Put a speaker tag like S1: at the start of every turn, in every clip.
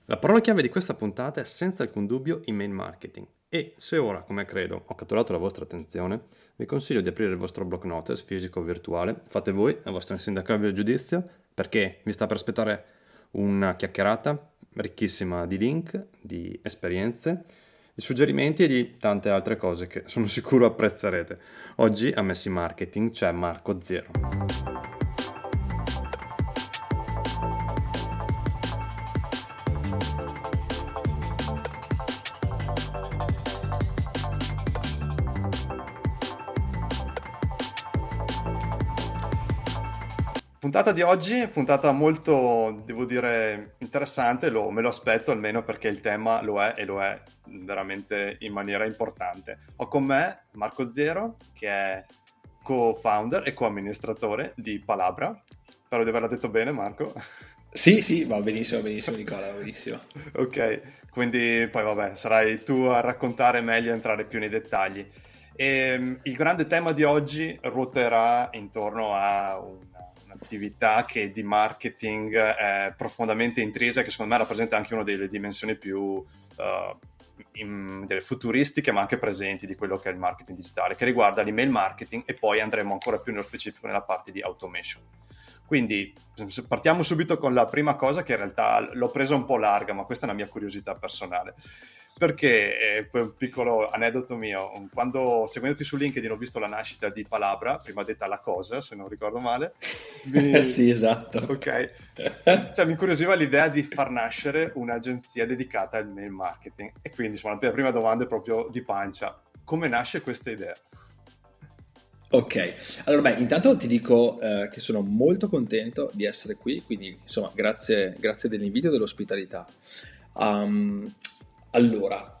S1: La parola chiave di questa puntata è senza alcun dubbio email marketing e se ora, come credo, ho catturato la vostra attenzione, vi consiglio di aprire il vostro block notice fisico o virtuale, fate voi, a vostro insindacabile giudizio, perché vi sta per aspettare una chiacchierata ricchissima di link, di esperienze, di suggerimenti e di tante altre cose che sono sicuro apprezzerete. Oggi a Messi Marketing c'è Marco Zero. Puntata di oggi, puntata molto, devo dire, interessante, me lo aspetto almeno perché il tema lo è e lo è veramente in maniera importante. Ho con me Marco Zero, che è co-founder e co-amministratore di Palabra. Spero di averla detto bene, Marco.
S2: Sì, sì, va benissimo, benissimo Nicola, va benissimo.
S1: Ok, quindi poi vabbè, sarai tu a raccontare meglio e entrare più nei dettagli. Il grande tema di oggi ruoterà intorno a un'attività che di marketing è profondamente intrisa e che secondo me rappresenta anche una delle dimensioni più delle futuristiche ma anche presenti di quello che è il marketing digitale, che riguarda l'email marketing e poi andremo ancora più nello specifico nella parte di automation. Quindi partiamo subito con la prima cosa che in realtà l'ho presa un po' larga, ma questa è una mia curiosità personale. Perché, quel piccolo aneddoto mio, quando seguendoti su LinkedIn ho visto la nascita di Palabra, prima detta La Cosa, se non ricordo male,
S2: Sì, esatto.
S1: ok, cioè mi incuriosiva l'idea di far nascere un'agenzia dedicata al mail marketing. E quindi, insomma, la prima domanda è proprio di pancia. Come nasce questa idea?
S2: Ok, allora beh, intanto ti dico che sono molto contento di essere qui, quindi insomma grazie, grazie dell'invito e dell'ospitalità. Um, allora,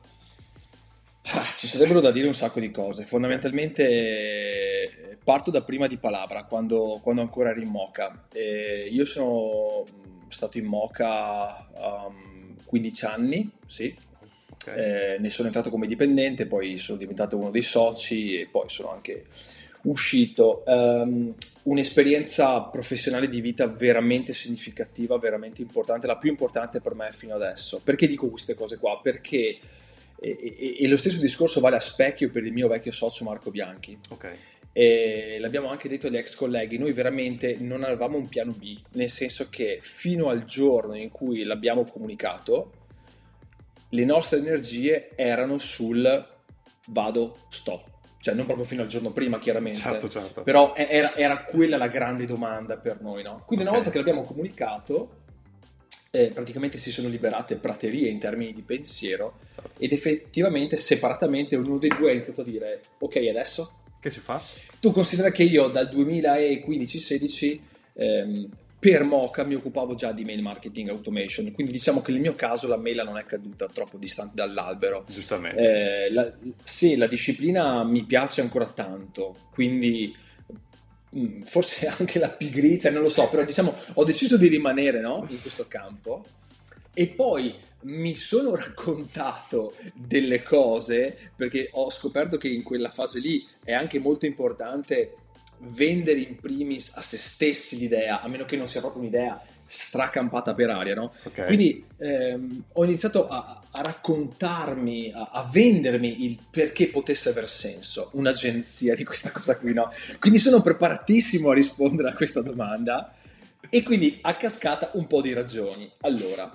S2: ci sarebbero da dire un sacco di cose.
S1: Ok,
S2: Fondamentalmente parto da prima di Palabra, quando ancora ero in Moca. Io sono stato in Moca 15 anni, sì.
S1: ok.
S2: Ne sono entrato come dipendente, poi sono diventato uno dei soci e poi sono anche uscito. Un'esperienza professionale di vita veramente significativa, veramente importante, la più importante per me fino adesso. Perché dico queste cose qua? Perché e lo stesso discorso vale a specchio per il mio vecchio socio Marco Bianchi.
S1: Ok,
S2: E l'abbiamo anche detto agli ex colleghi, noi veramente non avevamo un piano B, nel senso che fino al giorno in cui l'abbiamo comunicato, le nostre energie erano sul vado, sto. Cioè non proprio fino al giorno prima,
S1: certo,
S2: chiaramente,
S1: certo.
S2: però era quella la grande domanda per noi, no? Quindi una
S1: Ok,
S2: volta che l'abbiamo comunicato, praticamente si sono liberate praterie in termini di pensiero
S1: certo.
S2: ed effettivamente separatamente ognuno dei due ha iniziato a dire ok adesso?
S1: Che si fa?
S2: Tu considera che io dal 2015-16 per Mocha mi occupavo già di mail marketing automation, quindi diciamo che nel mio caso la mela non è caduta troppo distante dall'albero.
S1: Giustamente.
S2: Sì, la disciplina mi piace ancora tanto, quindi forse anche la pigrizia, non lo so, però diciamo ho deciso di rimanere, no, in questo campo e poi mi sono raccontato delle cose perché ho scoperto che in quella fase lì è anche molto importante vendere in primis a se stessi l'idea, a meno che non sia proprio un'idea stracampata per aria, no?
S1: Ok,
S2: Quindi ho iniziato a raccontarmi, a vendermi il perché potesse aver senso un'agenzia di questa cosa qui, no? Quindi sono preparatissimo a rispondere a questa domanda e quindi a cascata un po' di ragioni. Allora,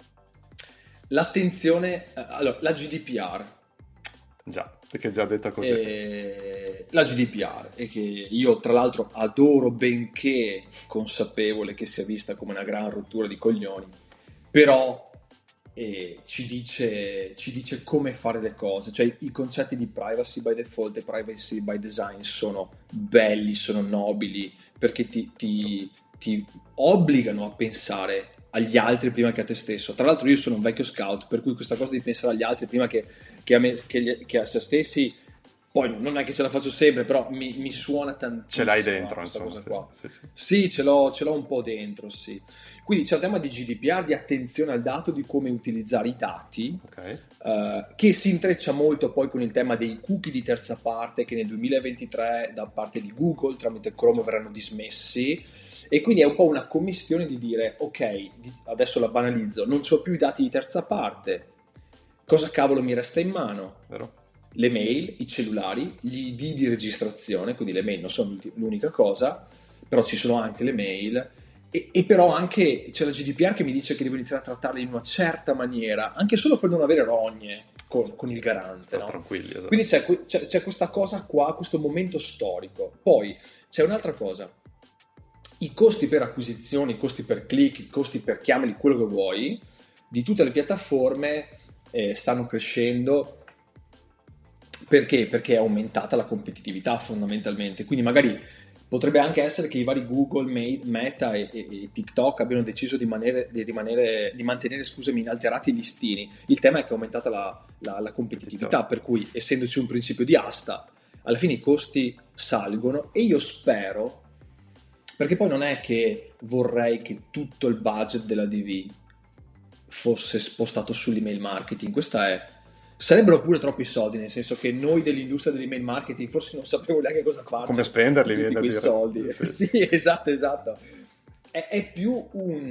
S2: l'attenzione, allora, la GDPR.
S1: già, perché già detta così.
S2: La GDPR e che io tra l'altro adoro benché consapevole che sia vista come una gran rottura di coglioni, però ci dice come fare le cose, cioè i concetti di privacy by default e privacy by design sono belli, sono nobili, perché ti obbligano a pensare agli altri prima che a te stesso. Tra l'altro io sono un vecchio scout, per cui questa cosa di pensare agli altri prima che a se stessi, poi non è che ce la faccio sempre, però mi suona
S1: Ce l'hai
S2: tantissimo, no,
S1: dentro,
S2: questa
S1: insomma,
S2: cosa
S1: sì,
S2: qua.
S1: sì, sì.
S2: Sì, ce l'ho un po' dentro, sì. Quindi c'è un tema di GDPR, di attenzione al dato, di come utilizzare i dati,
S1: Ok,
S2: che si intreccia molto poi con il tema dei cookie di terza parte che nel 2023 da parte di Google tramite Chrome
S1: già,
S2: verranno dismessi E quindi è un po' una commistione di dire, ok, adesso la banalizzo, non c'ho più i dati di terza parte, cosa cavolo mi resta in mano?
S1: Vero?
S2: Le mail, i cellulari, gli ID di registrazione, quindi le mail non sono l'unica cosa, però ci sono anche le mail, e però anche c'è la GDPR che mi dice che devo iniziare a trattarle in una certa maniera, anche solo per non avere rogne con il garante, no?
S1: Tranquilli, esatto.
S2: Quindi c'è questa cosa qua, questo momento storico. Poi c'è un'altra cosa, i costi per acquisizione, i costi per click, i costi per chiamali, quello che vuoi, di tutte le piattaforme stanno crescendo. Perché? Perché è aumentata la competitività fondamentalmente, quindi magari potrebbe anche essere che i vari Google, Meta e TikTok abbiano deciso di mantenere, scusami, inalterati i listini. Il tema è che è aumentata la competitività, per cui essendoci un principio di asta, alla fine i costi salgono, e io spero, perché poi non è che vorrei che tutto il budget della DV fosse spostato sull'email marketing, sarebbero pure troppi soldi, nel senso che noi dell'industria dell'email marketing forse non sapremo neanche cosa farci,
S1: come spenderli,
S2: con tutti quei soldi.
S1: Sì.
S2: Sì, esatto. È più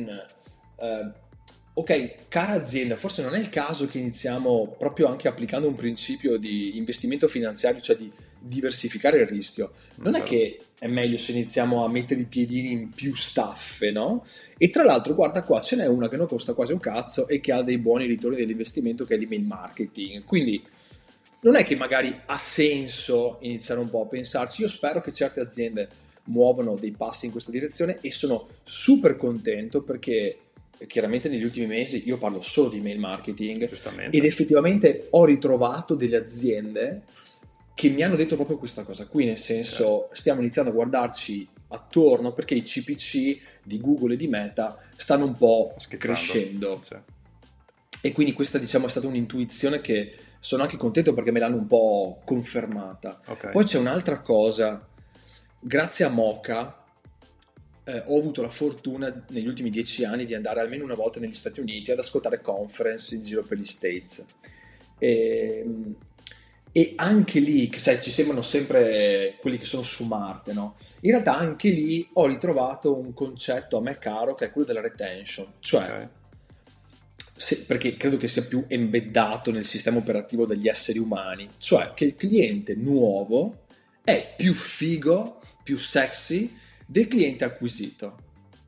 S2: ok, cara azienda, forse non è il caso che iniziamo proprio anche applicando un principio di investimento finanziario, cioè di diversificare il rischio. Non è che è meglio se iniziamo a mettere i piedini in più staffe, no? E tra l'altro, guarda qua, ce n'è una che non costa quasi un cazzo e che ha dei buoni ritorni dell'investimento, che è l'email marketing. Quindi non è che magari ha senso iniziare un po' a pensarci. Io spero che certe aziende muovano dei passi in questa direzione, e sono super contento perché chiaramente negli ultimi mesi io parlo solo di email marketing, ed effettivamente ho ritrovato delle aziende che mi hanno detto proprio questa cosa qui, nel senso, stiamo iniziando a guardarci attorno perché i CPC di Google e di Meta stanno un po' crescendo.
S1: Sì.
S2: E quindi questa, diciamo, è stata un'intuizione che sono anche contento perché me l'hanno un po' confermata. Poi c'è un'altra cosa, grazie a Mocha ho avuto la fortuna negli ultimi 10 anni di andare almeno una volta negli Stati Uniti ad ascoltare conference in giro per gli States, e anche lì, che sai, ci sembrano sempre quelli che sono su Marte, no? In realtà anche lì ho ritrovato un concetto a me caro, che è quello della retention, cioè perché credo che sia più embeddato nel sistema operativo degli esseri umani, cioè che il cliente nuovo è più figo, più sexy del cliente acquisito.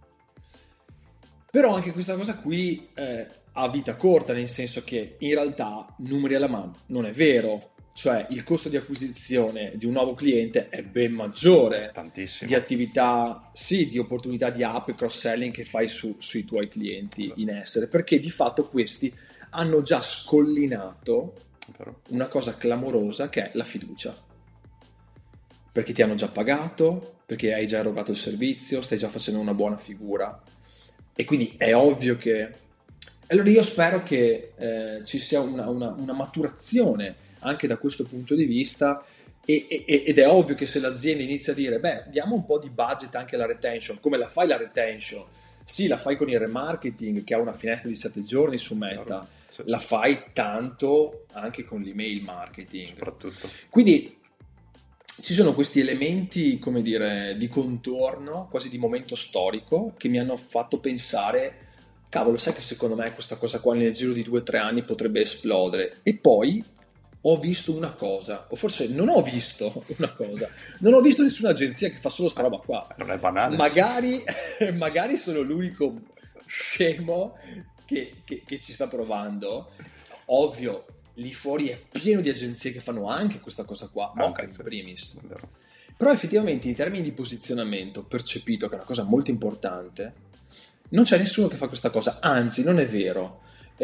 S2: Però anche questa cosa qui ha vita corta, nel senso che in realtà, numeri alla mano, non è vero. Cioè il costo di acquisizione di un nuovo cliente è ben maggiore di attività, sì, di opportunità di app e cross-selling che fai sui tuoi clienti in essere, perché di fatto questi hanno già scollinato una cosa clamorosa, che è la fiducia. Perché ti hanno già pagato, perché hai già erogato il servizio, stai già facendo una buona figura, e quindi è ovvio che... Allora io spero che ci sia una maturazione anche da questo punto di vista, ed è ovvio che se l'azienda inizia a dire diamo un po' di budget anche alla retention, come la fai la retention? Sì, la fai con il remarketing che ha una finestra di 7 giorni su Meta, la fai tanto anche con l'email marketing
S1: soprattutto.
S2: Quindi ci sono questi elementi, come dire, di contorno, quasi di momento storico, che mi hanno fatto pensare, cavolo, sai che secondo me questa cosa qua nel giro di 2 o 3 anni potrebbe esplodere. E poi ho visto una cosa, o forse non ho visto una cosa, non ho visto nessuna agenzia che fa solo sta roba qua.
S1: Non è banale.
S2: Magari sono l'unico scemo che ci sta provando. Ovvio, lì fuori è pieno di agenzie che fanno anche questa cosa qua, Mocha in primis. Però effettivamente in termini di posizionamento percepito, che è una cosa molto importante, non c'è nessuno che fa questa cosa, anzi non è vero.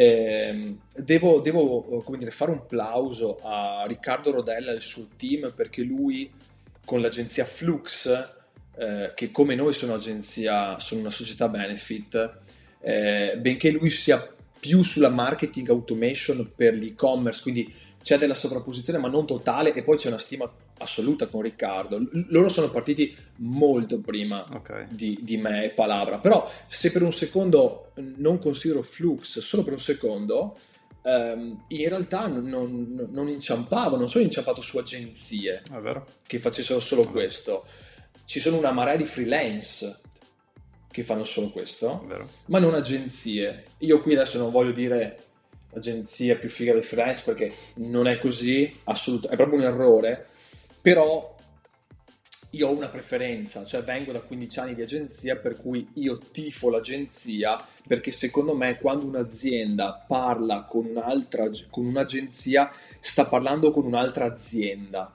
S2: Devo come dire, fare un plauso a Riccardo Rodella e il suo team, perché lui con l'agenzia Flux, che come noi sono una società benefit, benché lui sia più sulla marketing automation per l'e-commerce, quindi c'è della sovrapposizione ma non totale, e poi c'è una stima assoluta con Riccardo. Loro sono partiti molto prima di me e Palabra, però se per un secondo non considero Flux, solo per un secondo, in realtà non inciampavo, non sono inciampato su agenzie che facessero solo questo. Ci sono una marea di freelance che fanno solo questo,
S1: Vero.
S2: ma non agenzie. Io qui adesso non voglio dire l'agenzia più figa del freelance perché non è così, è proprio un errore, però io ho una preferenza, cioè vengo da 15 anni di agenzia, per cui io tifo l'agenzia, perché secondo me quando un'azienda parla con un'agenzia, sta parlando con un'altra azienda.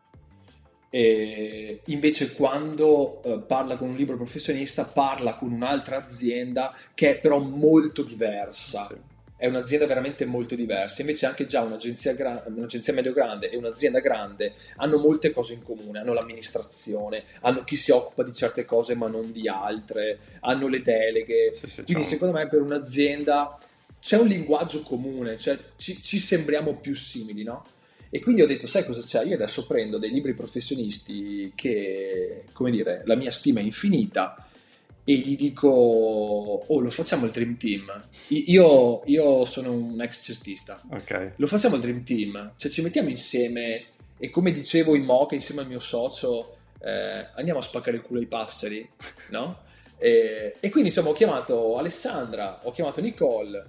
S2: E invece quando parla con un libero professionista, parla con un'altra azienda che è però molto diversa.
S1: Sì.
S2: È un'azienda veramente molto diversa. Invece anche già un'agenzia medio-grande e un'azienda grande hanno molte cose in comune. Hanno l'amministrazione, hanno chi si occupa di certe cose ma non di altre, hanno le deleghe.
S1: Sì,
S2: Quindi secondo me per un'azienda c'è un linguaggio comune, cioè ci sembriamo più simili, no? E quindi ho detto, sai cosa c'è? Io adesso prendo dei libri professionisti che, come dire, la mia stima è infinita e gli dico, oh, lo facciamo il Dream Team. Io sono un ex cestista.
S1: Ok.
S2: Lo facciamo il Dream Team, cioè ci mettiamo insieme e come dicevo in Mocha insieme al mio socio andiamo a spaccare il culo ai passeri, no? E quindi insomma ho chiamato Alessandra, ho chiamato Nicole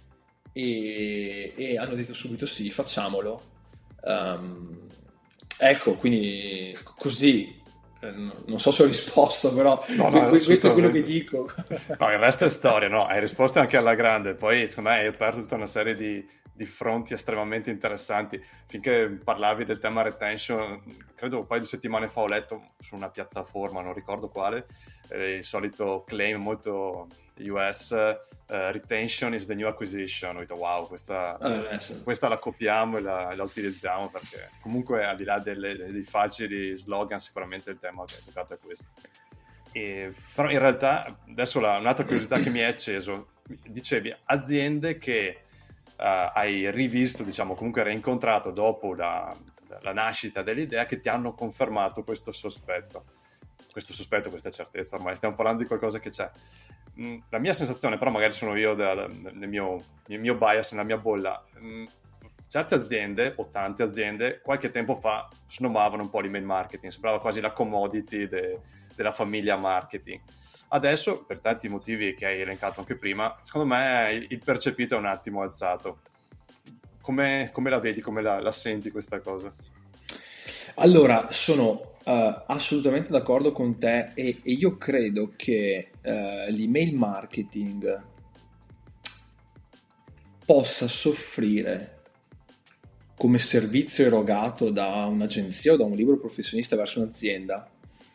S2: e hanno detto subito sì, facciamolo. Ecco, quindi così non so se ho risposto, però questo è quello che dico.
S1: No, il resto è storia, no? Hai risposto anche alla grande, poi secondo me hai aperto tutta una serie di fronti estremamente interessanti. Finché parlavi del tema retention, credo un paio di settimane fa ho letto su una piattaforma, non ricordo quale, il solito claim molto US, retention is the new acquisition. Ho detto wow, questa la copiamo e la utilizziamo, perché comunque al di là dei facili slogan sicuramente il tema che hai toccato è questo. Però in realtà adesso un'altra curiosità che mi è acceso, dicevi aziende che hai rivisto, diciamo comunque reincontrato dopo la nascita dell'idea, che ti hanno confermato questo sospetto, questa certezza. Ormai stiamo parlando di qualcosa che c'è. La mia sensazione, però magari sono io nel mio bias, nella mia bolla, certe aziende o tante aziende qualche tempo fa snomavano un po' l'email marketing, sembrava quasi la commodity della famiglia marketing. Adesso, per tanti motivi che hai elencato anche prima, secondo me il percepito è un attimo alzato. Come la vedi, come la senti questa cosa?
S2: Allora, sono assolutamente d'accordo con te e io credo che l'email marketing possa soffrire come servizio erogato da un'agenzia o da un libero professionista verso un'azienda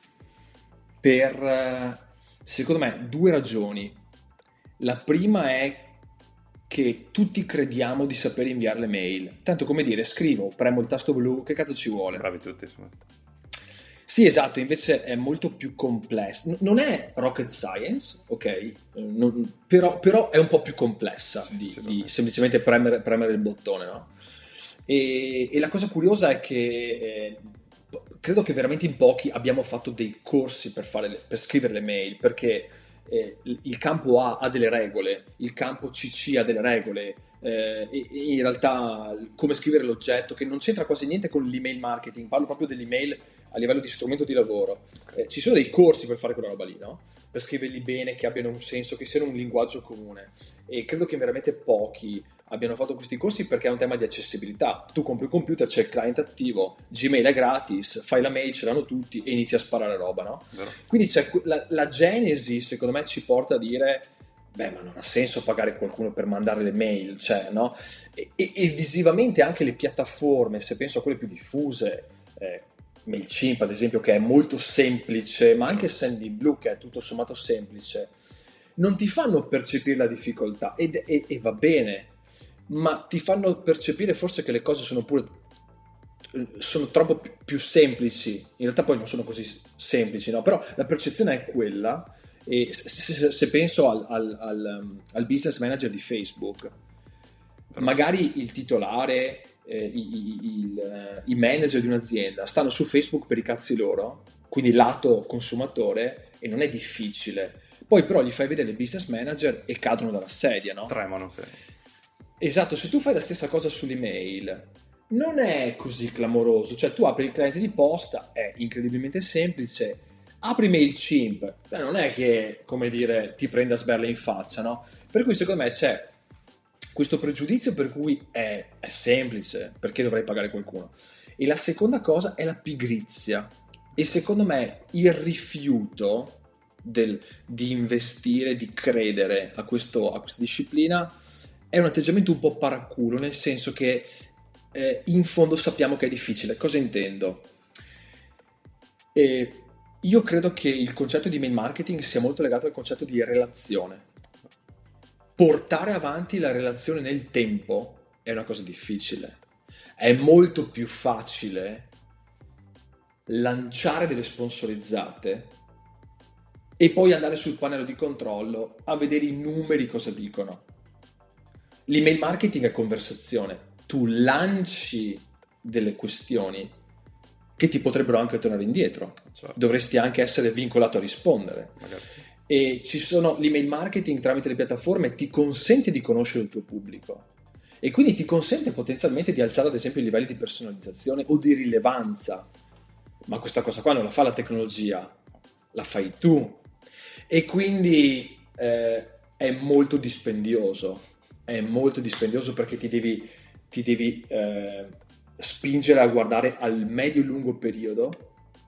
S2: per, secondo me, due ragioni. La prima è che tutti crediamo di sapere inviare le mail. Tanto come dire, scrivo, premo il tasto blu, che cazzo ci vuole?
S1: Bravi tutti, insomma.
S2: Sì, esatto, invece è molto più complesso. Non è rocket science, ok? Però è un po' più complessa di semplicemente premere il bottone, no? E la cosa curiosa è che credo che veramente in pochi abbiamo fatto dei corsi per scrivere le mail, perché il campo A ha delle regole, il campo CC ha delle regole, e in realtà come scrivere l'oggetto, che non c'entra quasi niente con l'email marketing, parlo proprio dell'email a livello di strumento di lavoro. Ci sono dei corsi per fare quella roba lì, no? Per scriverli bene, che abbiano un senso, che siano un linguaggio comune, e credo che veramente pochi abbiano fatto questi corsi, perché è un tema di accessibilità. Tu compri un computer, c'è il client attivo, Gmail è gratis, fai la mail, ce l'hanno tutti e inizi a sparare roba, no?
S1: Vero.
S2: Quindi c'è la genesi, secondo me, ci porta a dire beh, ma non ha senso pagare qualcuno per mandare le mail, cioè, no? E visivamente anche le piattaforme, se penso a quelle più diffuse, MailChimp ad esempio, che è molto semplice, ma anche Sendinblue, che è tutto sommato semplice, non ti fanno percepire la difficoltà, e va bene, ma ti fanno percepire forse che le cose sono troppo più semplici. In realtà poi non sono così semplici, no? Però la percezione è quella. E se penso al business manager di Facebook, magari il titolare, i manager di un'azienda stanno su Facebook per i cazzi loro, quindi lato consumatore, e non è difficile. Poi però gli fai vedere il business manager e cadono dalla sedia, no?
S1: Tremano, sì.
S2: Esatto, se tu fai la stessa cosa sull'email non è così clamoroso, cioè tu apri il cliente di posta, è incredibilmente semplice, apri MailChimp, non è che, come dire, ti prenda sberle in faccia, no? Per cui secondo me c'è questo pregiudizio per cui è semplice, perché dovrei pagare qualcuno. E la seconda cosa è la pigrizia. E secondo me il rifiuto di investire, di credere a questa disciplina è un atteggiamento un po' paraculo, nel senso che in fondo sappiamo che è difficile. Cosa intendo? Io credo che il concetto di mail marketing sia molto legato al concetto di relazione. Portare avanti la relazione nel tempo è una cosa difficile. È molto più facile lanciare delle sponsorizzate e poi andare sul pannello di controllo a vedere i numeri cosa dicono. L'email marketing è conversazione. Tu lanci delle questioni che ti potrebbero anche tornare indietro.
S1: Certo.
S2: Dovresti anche essere vincolato a rispondere.
S1: Magari.
S2: E l'email marketing tramite le piattaforme ti consente di conoscere il tuo pubblico e quindi ti consente potenzialmente di alzare ad esempio i livelli di personalizzazione o di rilevanza. Ma questa cosa qua non la fa la tecnologia, la fai tu. E quindi è molto dispendioso perché ti devi spingere a guardare al medio-lungo periodo,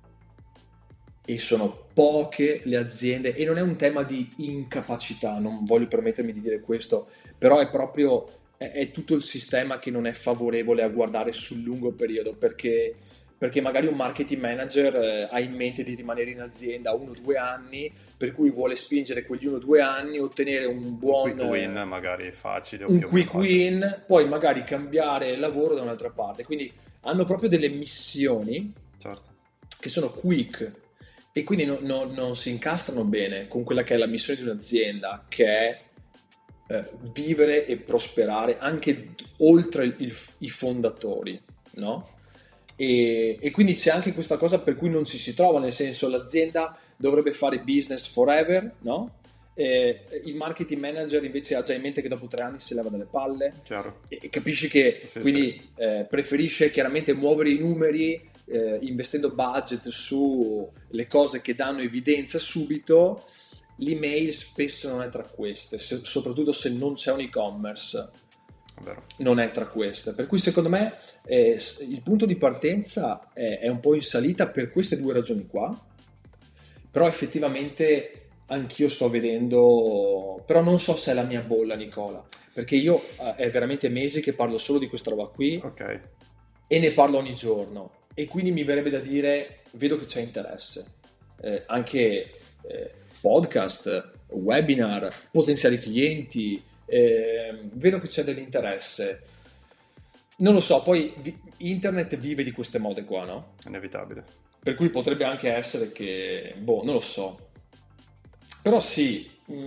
S2: e sono poche le aziende, e non è un tema di incapacità, non voglio permettermi di dire questo, però è proprio è tutto il sistema che non è favorevole a guardare sul lungo periodo, perché magari un marketing manager ha in mente di rimanere in azienda 1 o 2 anni, per cui vuole spingere quegli 1 o 2 anni, ottenere un buon
S1: quick win, magari facile,
S2: un quick win, poi magari cambiare lavoro da un'altra parte. Quindi hanno proprio delle missioni,
S1: certo,
S2: che sono quick, e quindi non si incastrano bene con quella che è la missione di un'azienda, che è vivere e prosperare anche oltre i fondatori, no? E quindi c'è anche questa cosa per cui non ci si trova, nel senso, l'azienda dovrebbe fare business forever, no? Il marketing manager invece ha già in mente che dopo 3 anni si leva dalle palle.
S1: Chiaro.
S2: E capisci che
S1: sì,
S2: quindi
S1: sì.
S2: Preferisce chiaramente muovere i numeri, investendo budget su le cose che danno evidenza subito. L'email spesso non è tra queste, soprattutto se non c'è un e-commerce.
S1: Vero.
S2: Non è tra queste, per cui secondo me il punto di partenza è un po' in salita per queste 2 ragioni qua, però effettivamente anch'io sto vedendo, però non so se è la mia bolla, Nicola, perché io è veramente mesi che parlo solo di questa roba qui,
S1: okay,
S2: e ne parlo ogni giorno, e quindi mi verrebbe da dire, vedo che c'è interesse, anche podcast, webinar, potenziali clienti, vedo che c'è dell'interesse. Non lo so, poi internet vive di queste mode qua, no?
S1: inevitabile.
S2: Per cui potrebbe anche essere che, non lo so. Però sì,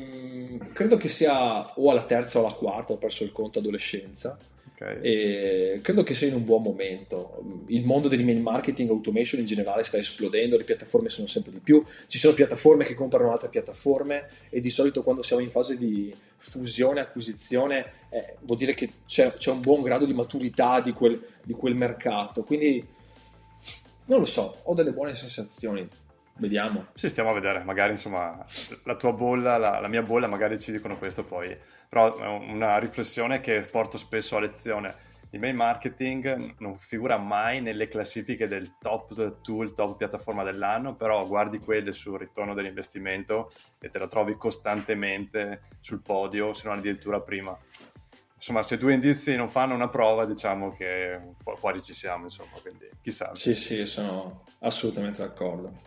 S2: credo che sia o alla terza o alla quarta, ho perso il conto, adolescenza.
S1: Okay.
S2: E credo che sia in un buon momento. Il mondo dell'email marketing automation in generale sta esplodendo, le piattaforme sono sempre di più, ci sono piattaforme che comprano altre piattaforme, e di solito quando siamo in fase di fusione, acquisizione, vuol dire che c'è un buon grado di maturità di quel mercato. Quindi non lo so, ho delle buone sensazioni. Vediamo.
S1: Sì, stiamo a vedere, magari insomma la tua bolla, la mia bolla magari ci dicono questo poi, però è una riflessione che porto spesso a lezione. Il mail marketing non figura mai nelle classifiche del top tool, top piattaforma dell'anno, però guardi quelle sul ritorno dell'investimento e te la trovi costantemente sul podio, se non addirittura prima. Insomma, se 2 indizi non fanno una prova, diciamo che fuori ci siamo, insomma, quindi chissà.
S2: Sì, sono assolutamente d'accordo.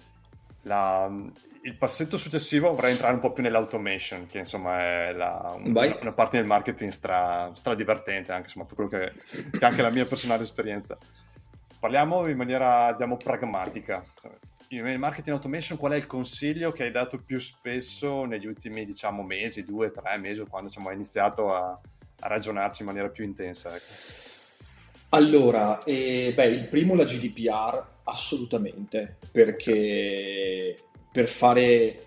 S1: Il passetto successivo vorrei entrare un po' più nell'automation, che insomma è una parte del marketing stra divertente, anche insomma, per quello che è anche la mia personale esperienza. Parliamo in maniera, diciamo, pragmatica. Nel marketing automation, qual è il consiglio che hai dato più spesso negli ultimi, diciamo, mesi, 2-3 mesi, quando diciamo, hai iniziato a ragionarci in maniera più intensa? Ecco.
S2: Allora, il primo, la GDPR, assolutamente, perché per fare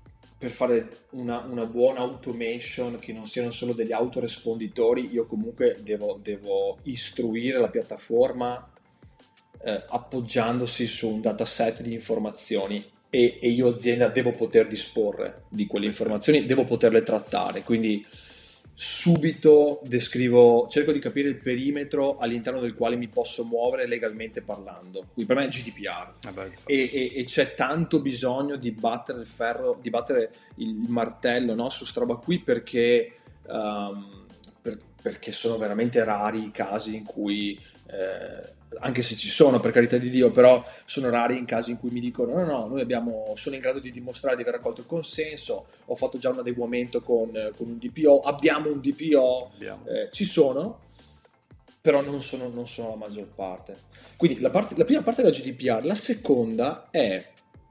S2: una buona automation, che non siano solo degli autoresponditori, io comunque devo istruire la piattaforma appoggiandosi su un dataset di informazioni e io azienda devo poter disporre di quelle informazioni, devo poterle trattare, quindi subito descrivo, cerco di capire il perimetro all'interno del quale mi posso muovere legalmente parlando. Quindi per me è GDPR e c'è tanto bisogno di battere il ferro, di battere il martello, no, su sta roba qui perché, perché sono veramente rari i casi in cui anche se ci sono, per carità di Dio, però sono rari i casi in cui mi dicono no, noi sono in grado di dimostrare di aver raccolto il consenso, ho fatto già un adeguamento con un DPO, abbiamo un DPO, ci sono, però non sono la maggior parte. Quindi la prima parte è la GDPR, la seconda è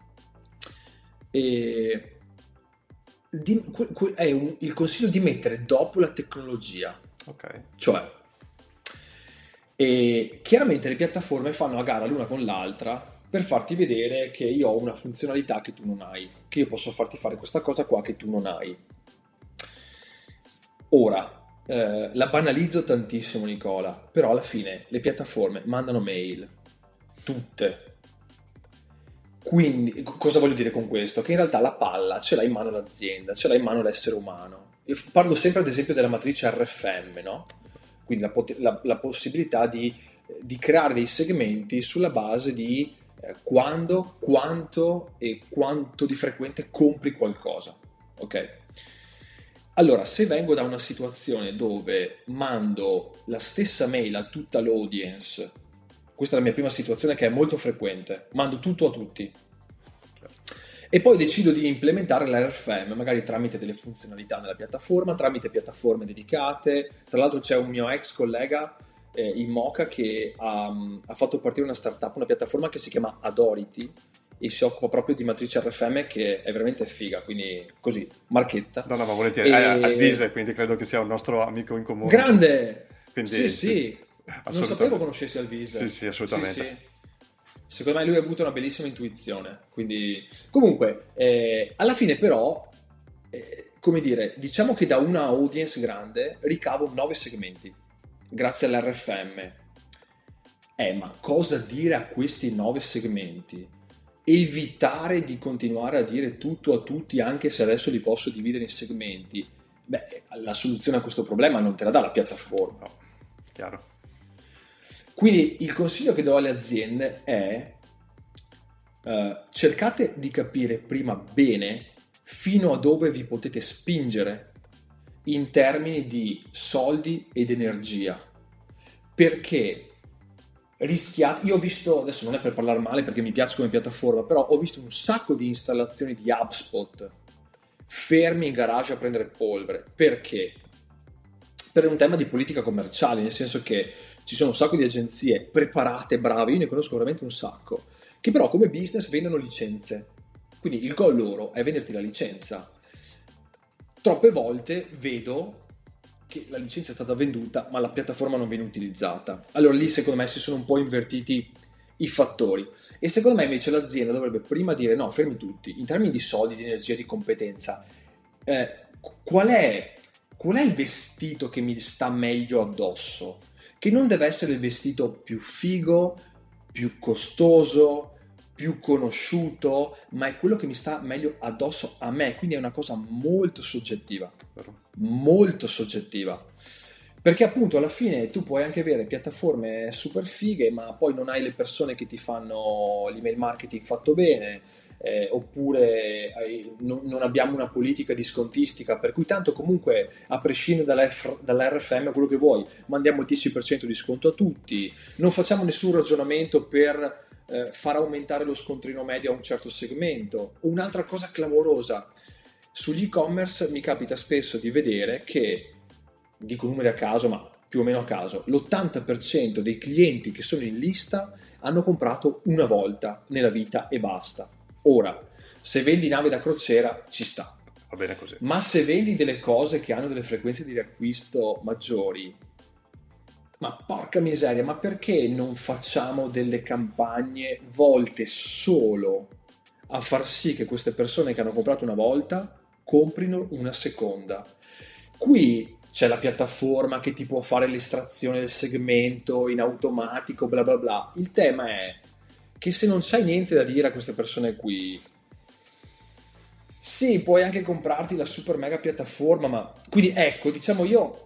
S2: il consiglio di mettere dopo la tecnologia.
S1: Ok.
S2: Cioè, e chiaramente le piattaforme fanno a gara l'una con l'altra per farti vedere che io ho una funzionalità che tu non hai, che io posso farti fare questa cosa qua che tu non hai. Ora, la banalizzo tantissimo, Nicola, però alla fine le piattaforme mandano mail, tutte. Quindi, cosa voglio dire con questo? Che in realtà la palla ce l'ha in mano l'azienda, ce l'ha in mano l'essere umano. Io parlo sempre ad esempio della matrice RFM, no? Quindi la possibilità di creare dei segmenti sulla base di quando, quanto e quanto di frequente compri qualcosa. Ok? Allora, se vengo da una situazione dove mando la stessa mail a tutta l'audience, questa è la mia prima situazione che è molto frequente, mando tutto a tutti. E poi decido di implementare l'RFM, magari tramite delle funzionalità nella piattaforma, tramite piattaforme dedicate. Tra l'altro c'è un mio ex collega in Mocha che ha fatto partire una startup, una piattaforma che si chiama Adority e si occupa proprio di matrice RFM, che è veramente figa, quindi così, marchetta.
S1: No, ma volentieri, Alvise, quindi credo che sia un nostro amico in comune.
S2: Grande!
S1: Quindi,
S2: sì. Non sapevo conoscessi Alvise.
S1: Sì, assolutamente.
S2: Sì. Secondo me lui ha avuto una bellissima intuizione, quindi comunque alla fine però come dire, diciamo che da una audience grande ricavo 9 segmenti grazie all'RFM. Ma cosa dire a questi 9 segmenti? Evitare di continuare a dire tutto a tutti, anche se adesso li posso dividere in segmenti. La soluzione a questo problema non te la dà la piattaforma.
S1: No, chiaro.
S2: Quindi il consiglio che do alle aziende è cercate di capire prima bene fino a dove vi potete spingere in termini di soldi ed energia, perché rischiate. Io ho visto, adesso non è per parlare male perché mi piace come piattaforma, però ho visto un sacco di installazioni di HubSpot fermi in garage a prendere polvere. Perché? Per un tema di politica commerciale, nel senso che ci sono un sacco di agenzie preparate, brave, io ne conosco veramente un sacco, che però come business vendono licenze. Quindi il goal loro è venderti la licenza. Troppe volte vedo che la licenza è stata venduta ma la piattaforma non viene utilizzata. Allora lì secondo me si sono un po' invertiti i fattori e secondo me invece l'azienda dovrebbe prima dire no, fermi tutti, in termini di soldi, di energia, di competenza, qual è il vestito che mi sta meglio addosso? Che non deve essere il vestito più figo, più costoso, più conosciuto, ma è quello che mi sta meglio addosso a me, quindi è una cosa molto soggettiva, perché appunto alla fine tu puoi anche avere piattaforme super fighe, ma poi non hai le persone che ti fanno l'email marketing fatto bene, oppure non abbiamo una politica di scontistica, per cui tanto comunque a prescindere dall'RFM quello che vuoi, mandiamo il 10% di sconto a tutti, non facciamo nessun ragionamento per far aumentare lo scontrino medio a un certo segmento. Un'altra cosa clamorosa, sugli e-commerce mi capita spesso di vedere che, dico numeri a caso ma più o meno a caso, l'80% dei clienti che sono in lista hanno comprato una volta nella vita e basta. Ora, se vendi navi da crociera ci sta,
S1: va bene così,
S2: ma se vendi delle cose che hanno delle frequenze di riacquisto maggiori, ma porca miseria, ma perché non facciamo delle campagne volte solo a far sì che queste persone che hanno comprato una volta comprino una seconda? Qui c'è la piattaforma che ti può fare l'estrazione del segmento in automatico, bla bla bla. Il tema è che se non c'hai niente da dire a queste persone qui, Sì, puoi anche comprarti la super mega piattaforma, ma quindi ecco, diciamo io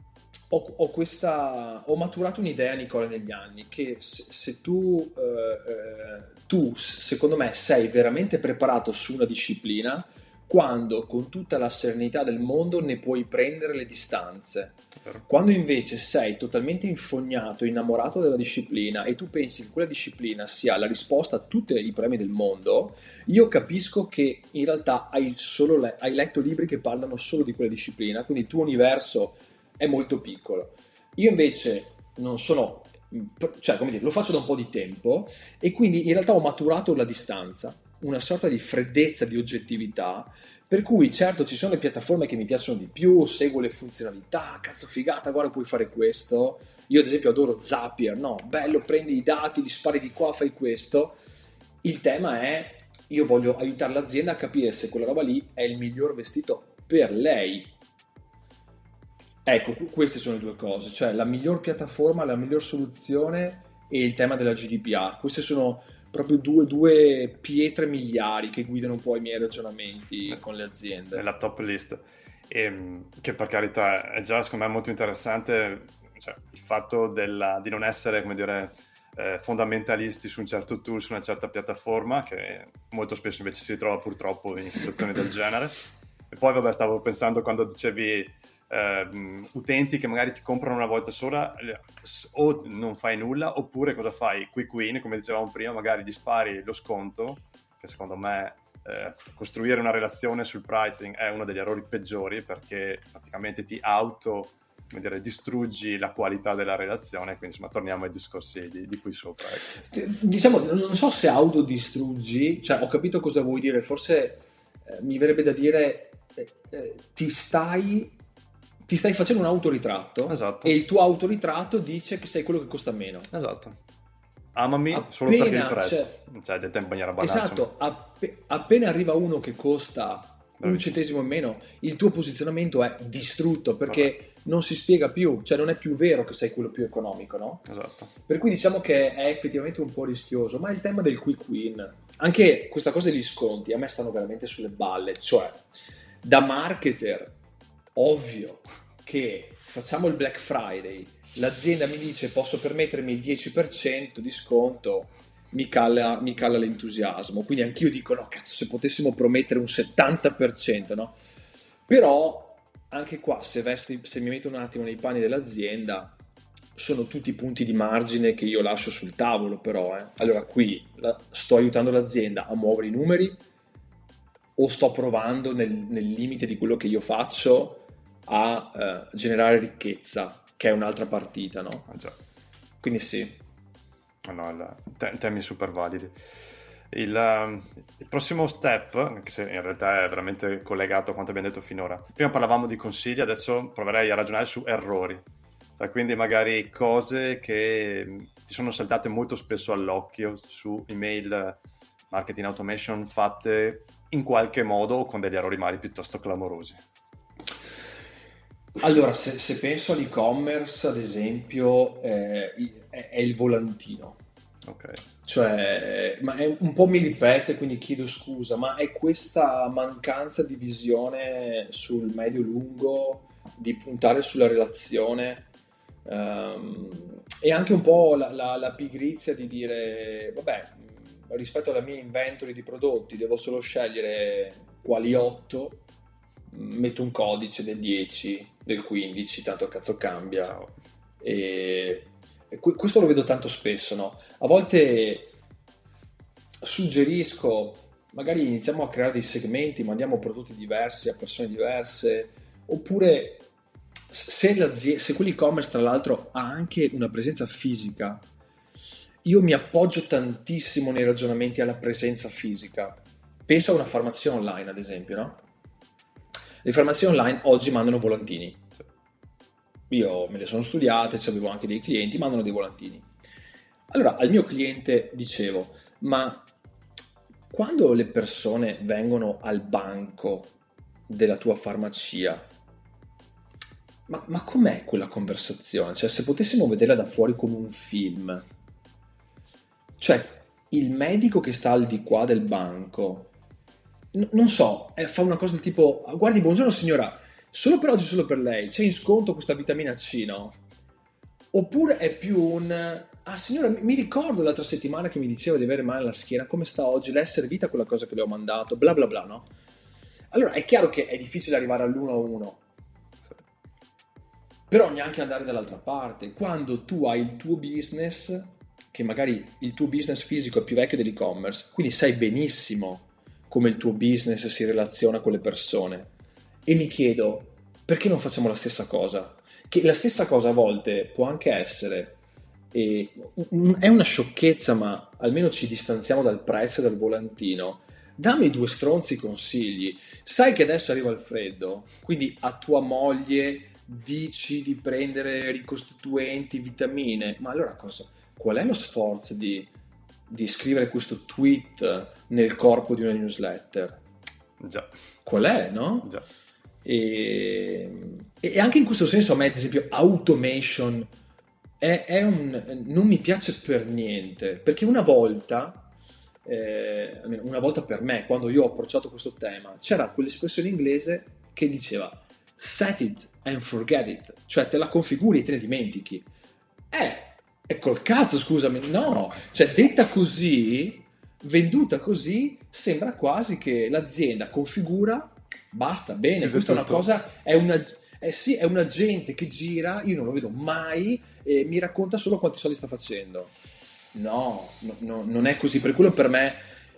S2: ho maturato un'idea, Nicola, negli anni, che se tu, secondo me, sei veramente preparato su una disciplina quando con tutta la serenità del mondo ne puoi prendere le distanze.
S1: Vero?
S2: Quando invece sei totalmente infognato, innamorato della disciplina e tu pensi che quella disciplina sia la risposta a tutti i problemi del mondo, io capisco che in realtà hai letto libri che parlano solo di quella disciplina, quindi il tuo universo è molto piccolo. Io invece non sono, cioè come dire, lo faccio da un po' di tempo e quindi in realtà ho maturato la distanza, una sorta di freddezza, di oggettività, per cui certo ci sono le piattaforme che mi piacciono di più, seguo le funzionalità, cazzo figata, guarda puoi fare questo. Io ad esempio adoro Zapier, no? Bello, prendi i dati, li spari di qua, fai questo. Il tema è, io voglio aiutare l'azienda a capire se quella roba lì è il miglior vestito per lei. Ecco, queste sono le due cose, cioè la miglior piattaforma, la miglior soluzione e il tema della GDPR. Queste sono proprio due pietre miliari che guidano poi i miei ragionamenti con le aziende.
S1: Nella top list. Che per carità è già secondo me molto interessante, cioè, il fatto di non essere, come dire, fondamentalisti su un certo tool, su una certa piattaforma, che molto spesso invece si ritrova purtroppo in situazioni del genere. E poi vabbè, stavo pensando quando dicevi utenti che magari ti comprano una volta sola, o non fai nulla, oppure cosa fai? Quick win, come dicevamo prima, magari gli spari lo sconto, che secondo me costruire una relazione sul pricing è uno degli errori peggiori, perché praticamente ti come dire, distruggi la qualità della relazione. Quindi insomma torniamo ai discorsi di qui sopra, ecco.
S2: Diciamo, non so se autodistruggi, cioè ho capito cosa vuoi dire, forse mi verrebbe da dire ti stai facendo un autoritratto
S1: Esatto.
S2: e il tuo autoritratto dice che sei quello che costa meno.
S1: Esatto. Amami solo perché il
S2: Appena,
S1: prezzo, cioè detta in maniera banale.
S2: esatto, appena arriva uno che costa un
S1: Bravissimo.
S2: centesimo in meno, il tuo posizionamento è distrutto perché
S1: Vabbè.
S2: non si spiega più, cioè non è più vero che sei quello più economico, no?
S1: Esatto.
S2: Per cui diciamo che è effettivamente un po' rischioso, ma il tema del quick win, anche questa cosa degli sconti, a me stanno veramente sulle balle, cioè da marketer, ovvio che facciamo il Black Friday, l'azienda mi dice posso permettermi il 10% di sconto, mi cala l'entusiasmo, quindi anch'io dico no cazzo se potessimo promettere un 70%, no? Però anche qua se mi metto un attimo nei panni dell'azienda sono tutti punti di margine che io lascio sul tavolo però allora qui sto aiutando l'azienda a muovere i numeri o sto provando nel limite di quello che io faccio a generare ricchezza, che è un'altra partita, no?
S1: Ah, già.
S2: Quindi sì.
S1: No, temi super validi. Il prossimo step, che se in realtà è veramente collegato a quanto abbiamo detto finora, prima parlavamo di consigli, adesso proverei a ragionare su errori, cioè, quindi magari cose che ti sono saltate molto spesso all'occhio su email marketing automation fatte in qualche modo o con degli errori magari piuttosto clamorosi.
S2: Allora, se penso all'e-commerce, ad esempio, è il volantino.
S1: Ok.
S2: Cioè, ma è un po' mi ripete, quindi chiedo scusa, ma è questa mancanza di visione sul medio-lungo, di puntare sulla relazione, e anche un po' la pigrizia di dire, vabbè, rispetto alla mia inventory di prodotti, devo solo scegliere quali 8, metto un codice del 10, del 15, tanto cazzo cambia.
S1: Ciao.
S2: E questo lo vedo tanto spesso, no? A volte suggerisco, magari iniziamo a creare dei segmenti, mandiamo prodotti diversi a persone diverse, oppure se quell'e-commerce tra l'altro ha anche una presenza fisica, io mi appoggio tantissimo nei ragionamenti alla presenza fisica. Penso a una farmacia online, ad esempio, no? Le farmacie online oggi mandano volantini. Io me le sono studiate, avevo anche dei clienti, mandano dei volantini. Allora al mio cliente dicevo, ma quando le persone vengono al banco della tua farmacia, ma com'è quella conversazione? Cioè, se potessimo vederla da fuori come un film, cioè il medico che sta al di qua del banco non so, fa una cosa del tipo, guardi, buongiorno signora, solo per oggi, solo per lei, c'è in sconto questa vitamina C, no? Oppure è più un, ah signora, mi ricordo l'altra settimana che mi diceva di avere male alla schiena, come sta oggi? Le è servita quella cosa che le ho mandato? Bla bla bla, no? Allora è chiaro che è difficile arrivare all'uno a uno, però neanche andare dall'altra parte. Quando tu hai il tuo business, che magari il tuo business fisico è più vecchio dell'e-commerce, quindi sai benissimo come il tuo business si relaziona con le persone. E mi chiedo, perché non facciamo la stessa cosa? Che la stessa cosa a volte può anche essere, è una sciocchezza, ma almeno ci distanziamo dal prezzo e dal volantino. Dammi due stronzi consigli. Sai che adesso arriva il freddo, quindi a tua moglie dici di prendere ricostituenti, vitamine, ma allora cosa? Qual è lo sforzo di scrivere questo tweet nel corpo di una newsletter?
S1: Già.
S2: Qual è, no?
S1: Già.
S2: E anche in questo senso a me, ad esempio, automation non mi piace per niente, perché almeno una volta per me, quando io ho approcciato questo tema, c'era quell'espressione inglese che diceva set it and forget it, cioè te la configuri e te ne dimentichi. È col cazzo, scusami, no, cioè detta così, venduta così, sembra quasi che l'azienda configura, basta, bene, questa è una cosa, sì, è un agente che gira, io non lo vedo mai e mi racconta solo quanti soldi sta facendo. No, non è così. Per quello per me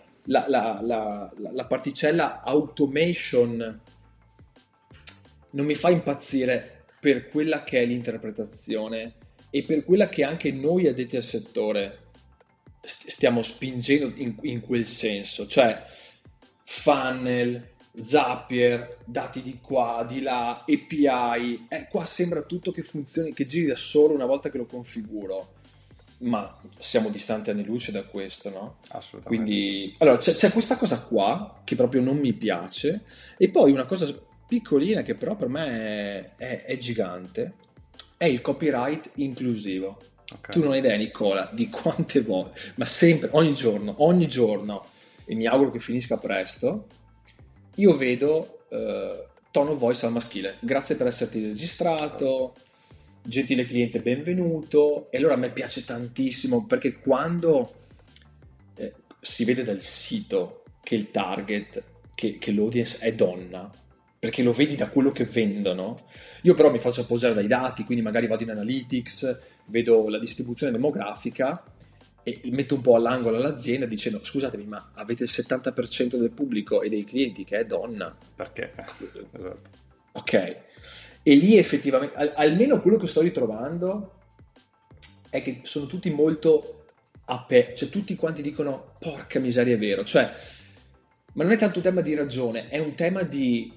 S2: la particella automation non mi fa impazzire per quella che è l'interpretazione e per quella che anche noi addetti al settore stiamo spingendo in quel senso. Cioè funnel, Zapier, dati di qua, di là, API, qua sembra tutto che funzioni, che giri da solo una volta che lo configuro, ma siamo distanti anni luce da questo, no?
S1: Assolutamente.
S2: Quindi, allora, c'è questa cosa qua che proprio non mi piace, e poi una cosa piccolina che però per me è gigante, è il copyright inclusivo.
S1: Okay.
S2: Tu non hai idea, Nicola, di quante volte, ma sempre, ogni giorno, e mi auguro che finisca presto, io vedo tone of voice al maschile. Grazie per esserti registrato, gentile cliente, benvenuto. E allora a me piace tantissimo perché quando si vede dal sito che il target, che l'audience è donna, perché lo vedi da quello che vendono. Io però mi faccio appoggiare dai dati, quindi magari vado in analytics, vedo la distribuzione demografica e metto un po' all'angolo all'azienda dicendo scusatemi, ma avete il 70% del pubblico e dei clienti che è donna.
S1: Perché? Esatto.
S2: Ok, e lì effettivamente, almeno quello che sto ritrovando è che sono tutti molto cioè tutti quanti dicono porca miseria, è vero, cioè, ma non è tanto un tema di ragione, è un tema di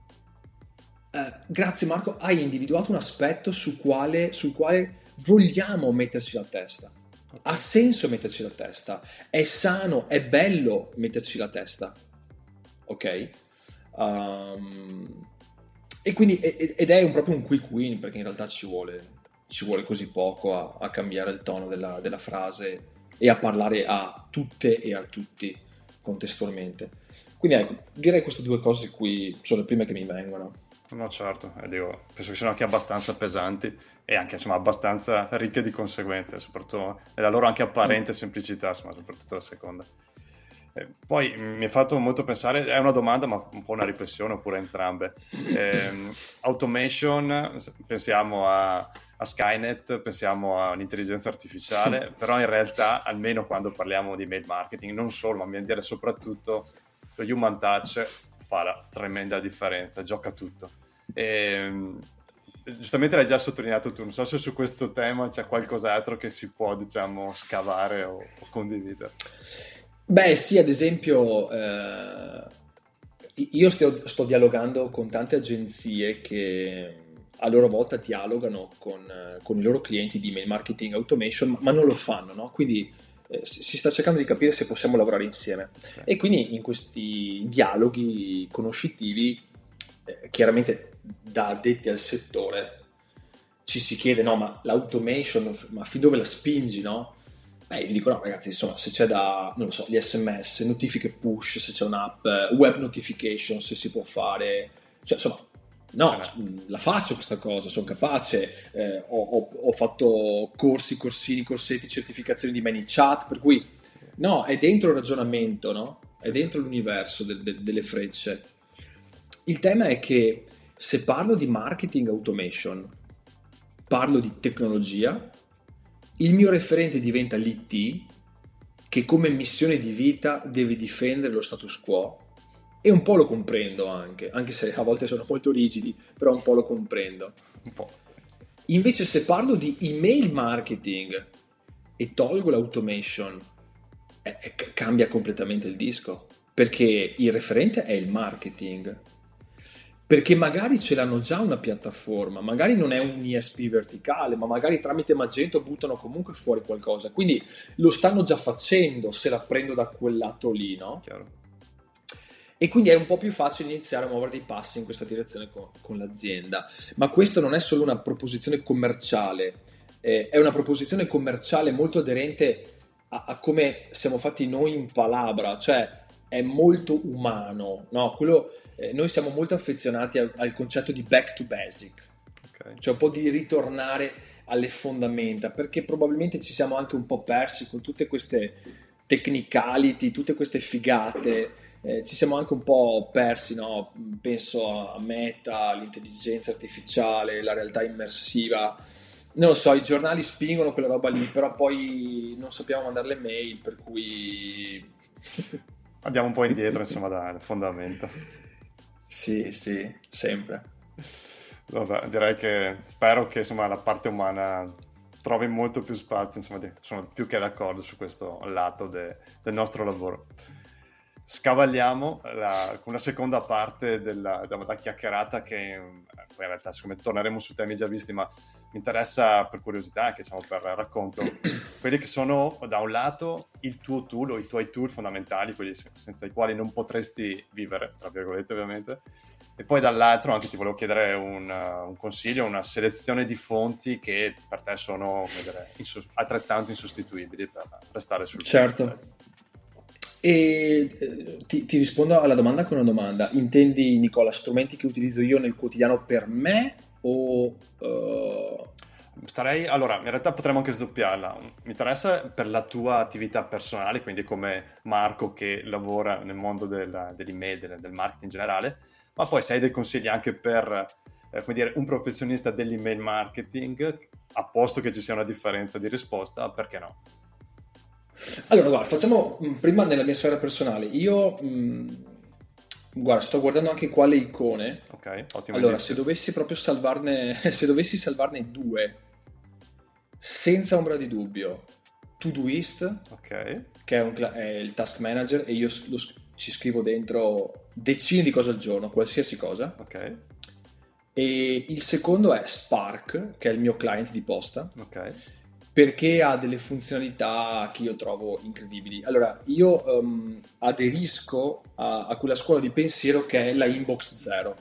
S2: grazie Marco, hai individuato un aspetto sul quale vogliamo metterci la testa. Ha senso metterci la testa, è sano, è bello metterci la testa, ok? E quindi ed è proprio un quick win, perché in realtà ci vuole così poco a cambiare il tono della frase e a parlare a tutte e a tutti contestualmente. Quindi ecco, direi queste due cose qui sono le prime che mi vengono.
S1: No, certo, penso che siano anche abbastanza pesanti e anche insomma abbastanza ricche di conseguenze, soprattutto nella loro anche apparente semplicità, insomma, soprattutto la seconda. Poi mi ha fatto molto pensare, è una domanda ma un po' una riflessione, oppure entrambe. Automation, pensiamo a Skynet, pensiamo a un'intelligenza artificiale, però in realtà, almeno quando parliamo di mail marketing, non solo, ma mi viene a dire soprattutto lo human touch fa la tremenda differenza, gioca tutto. Giustamente l'hai già sottolineato tu, non so se su questo tema c'è qualcos'altro che si può, diciamo, scavare o condividere.
S2: Beh sì, ad esempio io sto dialogando con tante agenzie che a loro volta dialogano con i loro clienti di email marketing automation, ma non lo fanno, no? Quindi si sta cercando di capire se possiamo lavorare insieme. Okay. E quindi in questi dialoghi conoscitivi, chiaramente da addetti al settore, ci si chiede, no, ma l'automation, ma fin dove la spingi, no? Vi dico no ragazzi, insomma, se c'è non lo so, gli SMS, notifiche push, se c'è un'app, web notification, se si può fare, cioè insomma, no, la faccio questa cosa, sono capace, ho fatto corsetti, certificazioni di ManyChat, per cui no, è dentro il ragionamento, no? È dentro l'universo delle frecce. Il tema è che se parlo di marketing automation, parlo di tecnologia, il mio referente diventa l'IT, che come missione di vita deve difendere lo status quo, e un po' lo comprendo anche se a volte sono molto rigidi, però un po' lo comprendo.
S1: Un po'.
S2: Invece se parlo di email marketing e tolgo l'automation, cambia completamente il disco, perché il referente è il marketing, perché magari ce l'hanno già una piattaforma, magari non è un ISP verticale, ma magari tramite Magento buttano comunque fuori qualcosa, quindi lo stanno già facendo se la prendo da quel lato lì, no?
S1: Chiaro.
S2: E quindi è un po' più facile iniziare a muovere dei passi in questa direzione con l'azienda. Ma questo non è solo una proposizione commerciale, è una proposizione commerciale molto aderente a come siamo fatti noi in Palabra, cioè è molto umano, no? Noi siamo molto affezionati al concetto di back to basic,
S1: Okay.
S2: cioè un po' di ritornare alle fondamenta, perché probabilmente ci siamo anche un po' persi con tutte queste technicality, tutte queste figate. Ci siamo anche un po' persi, no? Penso a Meta, l'intelligenza artificiale, la realtà immersiva. Non lo so, i giornali spingono quella roba lì, però poi non sappiamo mandare le mail, per cui
S1: Andiamo un po' indietro, insomma, dalle fondamenta.
S2: Sì, sempre.
S1: Vabbè, direi che spero che, insomma, la parte umana trovi molto più spazio, insomma, sono più che d'accordo su questo lato del nostro lavoro. Scavalliamo con la seconda parte della chiacchierata, che poi in realtà siccome torneremo su temi già visti, ma mi interessa per curiosità, anche diciamo, per racconto, quelli che sono da un lato il tuo tool o i tuoi tool fondamentali, quelli senza i quali non potresti vivere, tra virgolette ovviamente, e poi dall'altro anche ti volevo chiedere un consiglio, una selezione di fonti che per te sono, come dire, altrettanto insostituibili per restare sul
S2: Certo.
S1: pezzo.
S2: E ti rispondo alla domanda con una domanda. Intendi, Nicola, strumenti che utilizzo io nel quotidiano per me o...
S1: Allora, in realtà potremmo anche sdoppiarla. Mi interessa per la tua attività personale, quindi come Marco che lavora nel mondo dell'email, del marketing in generale, ma poi se hai dei consigli anche per, come dire, un professionista dell'email marketing, a posto che ci sia una differenza di risposta, perché no?
S2: Allora, guarda, facciamo prima nella mia sfera personale. Io, guarda, sto guardando anche qua le icone.
S1: Ok, ottimo.
S2: Allora, se dovessi proprio se dovessi salvarne due, senza ombra di dubbio, Todoist,
S1: ok,
S2: che è il task manager, e io ci scrivo dentro decine di cose al giorno, qualsiasi cosa.
S1: ok,
S2: E il secondo è Spark, che è il mio client di posta,
S1: ok,
S2: perché ha delle funzionalità che io trovo incredibili. Allora, io aderisco a quella scuola di pensiero che è la Inbox Zero.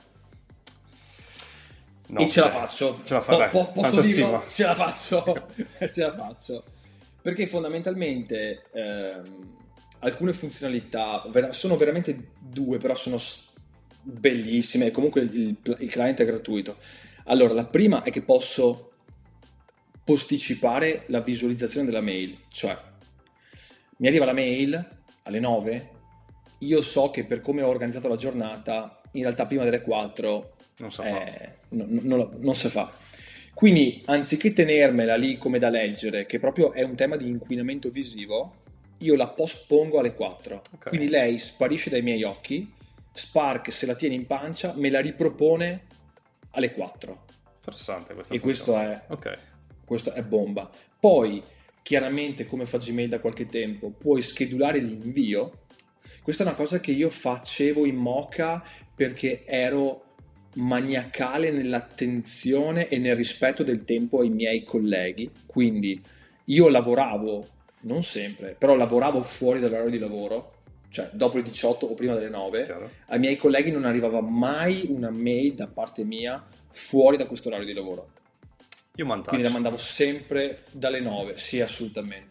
S1: no,
S2: E ce la faccio.
S1: Ce la fai,
S2: Posso dirlo?
S1: stima.
S2: Ce la faccio. Ce la faccio. Perché fondamentalmente alcune funzionalità sono veramente due, però sono bellissime. Comunque il client è gratuito. Allora, la prima è che posso posticipare la visualizzazione della mail, cioè mi arriva la mail alle 9, io so che per come ho organizzato la giornata, in realtà prima delle 4 non si fa. Quindi anziché tenermela lì come da leggere, che proprio è un tema di inquinamento visivo, io la pospongo alle 4.
S1: Okay.
S2: Quindi lei sparisce dai miei occhi, Spark se la tiene in pancia, me la ripropone alle 4.
S1: Interessante questa
S2: E
S1: funzione.
S2: Questo è bomba. Poi, chiaramente, come fa Gmail da qualche tempo, puoi schedulare l'invio. Questa è una cosa che io facevo in Mocha perché ero maniacale nell'attenzione e nel rispetto del tempo ai miei colleghi. Quindi io lavoravo, non sempre, però lavoravo fuori dall'orario di lavoro, cioè dopo le 18 o prima delle 9.
S1: Chiaro.
S2: Ai miei colleghi non arrivava mai una mail da parte mia fuori da questo orario di avo. Quindi la mandavo sempre dalle 9, sì, assolutamente.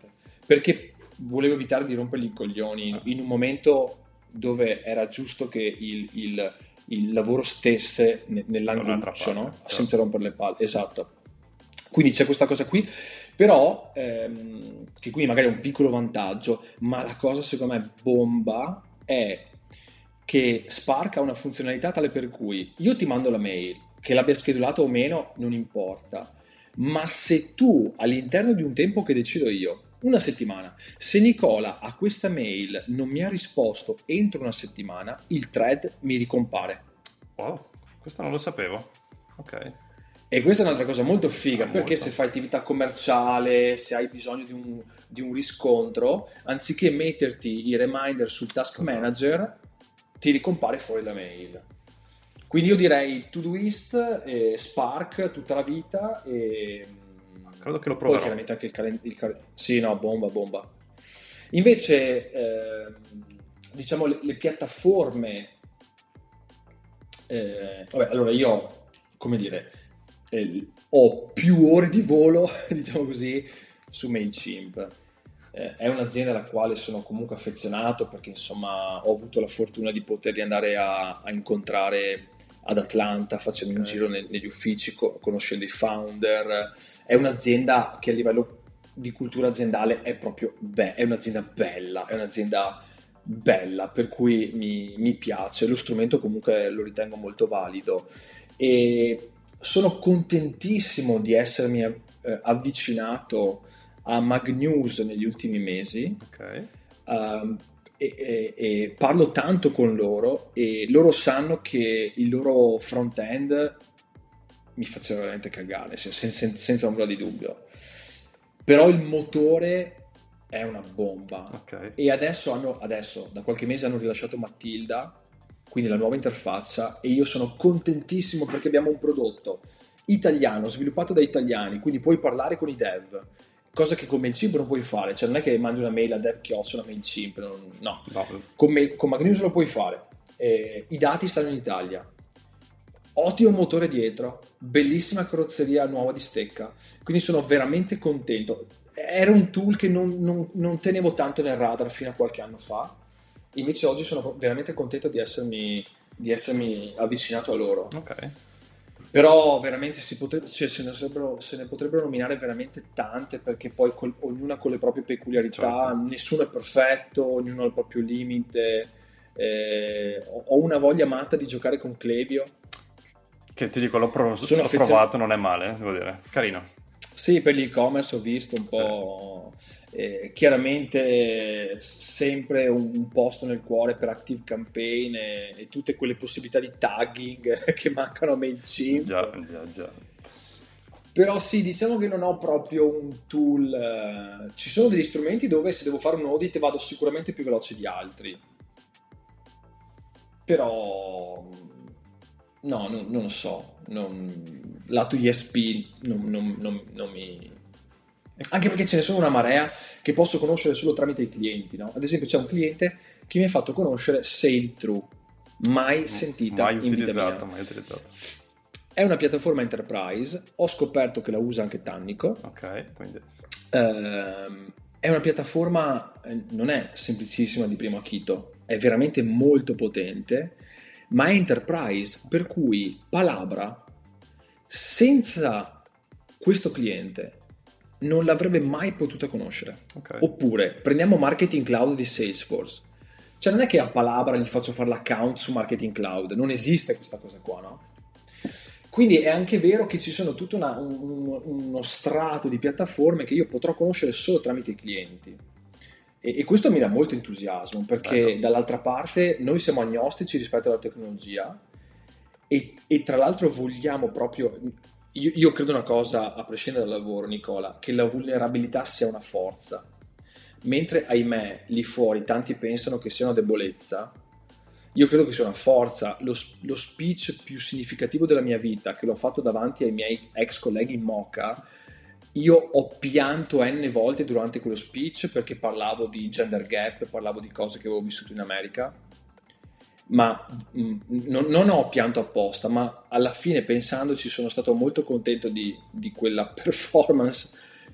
S2: perché volevo evitare di rompergli i coglioni in un momento dove era giusto che il lavoro stesse nell'angoluccio, no?
S1: Certo.
S2: Senza rompere le palle, esatto. Quindi c'è questa cosa qui, però che quindi magari è un piccolo vantaggio, ma la cosa secondo me bomba è che Spark ha una funzionalità tale per cui io ti mando la mail, che l'abbia schedulata o meno non importa, ma se tu all'interno di un tempo che decido io, una settimana, se Nicola a questa mail non mi ha risposto entro una settimana, il thread mi ricompare.
S1: Wow, questo non lo sapevo. Ok.
S2: E questa è un'altra cosa molto figa, perché
S1: Molto.
S2: se fai attività commerciale, se hai bisogno di un riscontro, anziché metterti i reminder sul task manager, ti ricompare fuori la mail. Quindi io direi Todoist e Spark tutta la vita e
S1: Credo che lo
S2: poi
S1: proverò.
S2: chiaramente anche sì, no, bomba. Invece, diciamo le piattaforme, vabbè, allora io, come dire, ho più ore di volo, diciamo così, su MailChimp. È un'azienda alla quale sono comunque affezionato perché insomma ho avuto la fortuna di poterli andare a incontrare ad Atlanta facendo un giro negli uffici, conoscendo i founder. È un'azienda che a livello di cultura aziendale è proprio è un'azienda bella, per cui mi piace. Lo strumento comunque lo ritengo molto valido e sono contentissimo di essermi avvicinato a Magnews negli ultimi mesi.
S1: Ok.
S2: E parlo tanto con loro e loro sanno che il loro front-end mi faceva veramente cagare, senza ombra di dubbio. Però il motore è una bomba.
S1: Ok.
S2: E adesso, da qualche mese hanno rilasciato Matilda, quindi la nuova interfaccia, e io sono contentissimo perché abbiamo un prodotto italiano, sviluppato da italiani, quindi puoi parlare con i dev, cosa che con MailChimp non puoi fare, cioè non è che mandi una mail a dev@MailChimp, no. Con Magnews lo puoi fare, i dati stanno in Italia, ottimo motore dietro, bellissima carrozzeria nuova di stecca, quindi sono veramente contento. Era un tool che non tenevo tanto nel radar fino a qualche anno fa, invece oggi sono veramente contento di essermi avvicinato a loro.
S1: Ok.
S2: Però veramente se ne potrebbero nominare veramente tante, perché poi ognuna con le proprie peculiarità,
S1: Certo.
S2: nessuno è perfetto, ognuno ha il proprio limite. Ho una voglia matta di giocare con Klaviyo.
S1: Che ti dico, l'ho provato, non è male, devo dire. Carino.
S2: Sì, per l'e-commerce ho visto un po'. Chiaramente sempre un posto nel cuore per Active Campaign e tutte quelle possibilità di tagging che mancano a MailChimp.
S1: Già.
S2: Però sì, diciamo che non ho proprio un tool. Ci sono degli strumenti dove se devo fare un audit vado sicuramente più veloce di altri. Però no, non lo so. Lato ISP non mi... Anche perché ce ne sono una marea che posso conoscere solo tramite i clienti, no? Ad esempio c'è un cliente che mi ha fatto conoscere SailThrough, mai sentita
S1: mai
S2: in vita mia.
S1: Mai utilizzato.
S2: È una piattaforma enterprise, ho scoperto che la usa anche Tannico.
S1: Ok, quindi...
S2: È una piattaforma, non è semplicissima di primo acchito, è veramente molto potente, ma è enterprise, per cui Palabra senza questo cliente non l'avrebbe mai potuta conoscere.
S1: Okay.
S2: Oppure prendiamo Marketing Cloud di Salesforce, cioè non è che a Palabra gli faccio fare l'account su Marketing Cloud, non esiste questa cosa qua, no? Quindi è anche vero che ci sono tutto uno strato di piattaforme che io potrò conoscere solo tramite i clienti. E questo mi dà molto entusiasmo, perché dall'altra parte noi siamo agnostici rispetto alla tecnologia e tra l'altro vogliamo proprio... Io credo una cosa, a prescindere dal lavoro, Nicola, che la vulnerabilità sia una forza. Mentre, ahimè, lì fuori tanti pensano che sia una debolezza, io credo che sia una forza. Lo speech più significativo della mia vita, che l'ho fatto davanti ai miei ex colleghi in Mocha, io ho pianto n volte durante quello speech perché parlavo di gender gap, parlavo di cose che avevo vissuto in America, ma non ho pianto apposta, ma alla fine pensandoci sono stato molto contento di quella performance,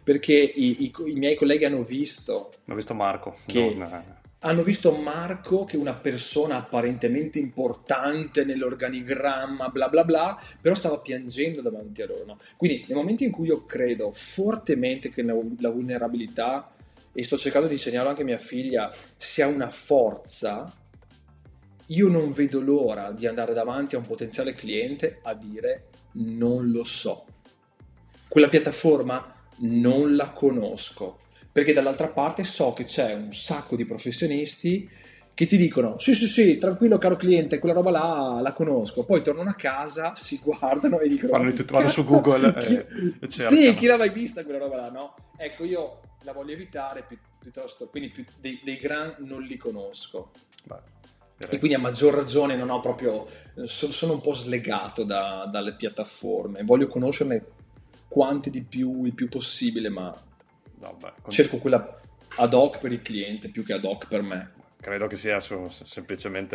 S2: perché i miei colleghi hanno visto
S1: Marco,
S2: che
S1: non...
S2: hanno visto Marco, che è una persona apparentemente importante nell'organigramma, bla bla bla, però stava piangendo davanti a loro, no? Quindi nel momento in cui io credo fortemente che la vulnerabilità, e sto cercando di insegnarlo anche a mia figlia, sia una forza, io non vedo l'ora di andare davanti a un potenziale cliente a dire non lo so. Quella piattaforma non la conosco, perché dall'altra parte so che c'è un sacco di professionisti che ti dicono sì sì sì, tranquillo caro cliente, quella roba là la conosco, poi tornano a casa, si guardano e dicono ma
S1: Fanno di
S2: che
S1: tutto, vanno su
S2: cazzo,
S1: Google e
S2: sì,
S1: cercano.
S2: chi l'ha mai vista quella roba là, no? Ecco, io la voglio evitare piuttosto, quindi dei gran non li conosco.
S1: Beh,
S2: E quindi a maggior ragione non ho proprio, sono un po' slegato dalle piattaforme, voglio conoscerne quante di più, il più possibile, ma
S1: no,
S2: cerco quella ad hoc per il cliente più che ad hoc per me.
S1: Credo che sia semplicemente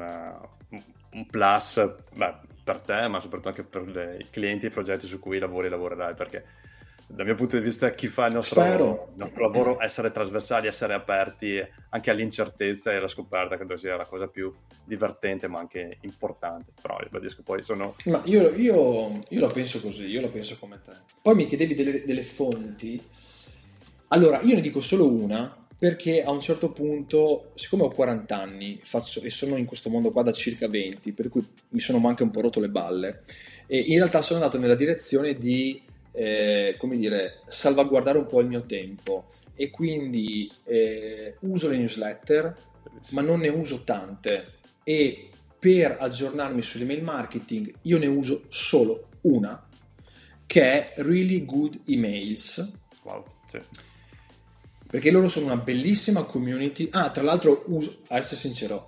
S1: un plus per te, ma soprattutto anche per i clienti e i progetti su cui lavorerai, perché dal mio punto di vista chi fa il nostro lavoro, essere trasversali, essere aperti anche all'incertezza e alla scoperta, credo sia la cosa più divertente ma anche importante. Però ribadisco, poi sono...
S2: Ma io la penso così, io la penso come te. Poi mi chiedevi delle fonti. Allora, io ne dico solo una, perché a un certo punto, siccome ho 40 anni e sono in questo mondo qua da circa 20, per cui mi sono anche un po' rotto le balle, e in realtà sono andato nella direzione di, come dire, salvaguardare un po' il mio tempo, e quindi uso le newsletter, ma non ne uso tante, e per aggiornarmi sull'email marketing io ne uso solo una, che è Really Good Emails.
S1: Wow, sì.
S2: Perché loro sono una bellissima community. Ah, tra l'altro, a essere sincero,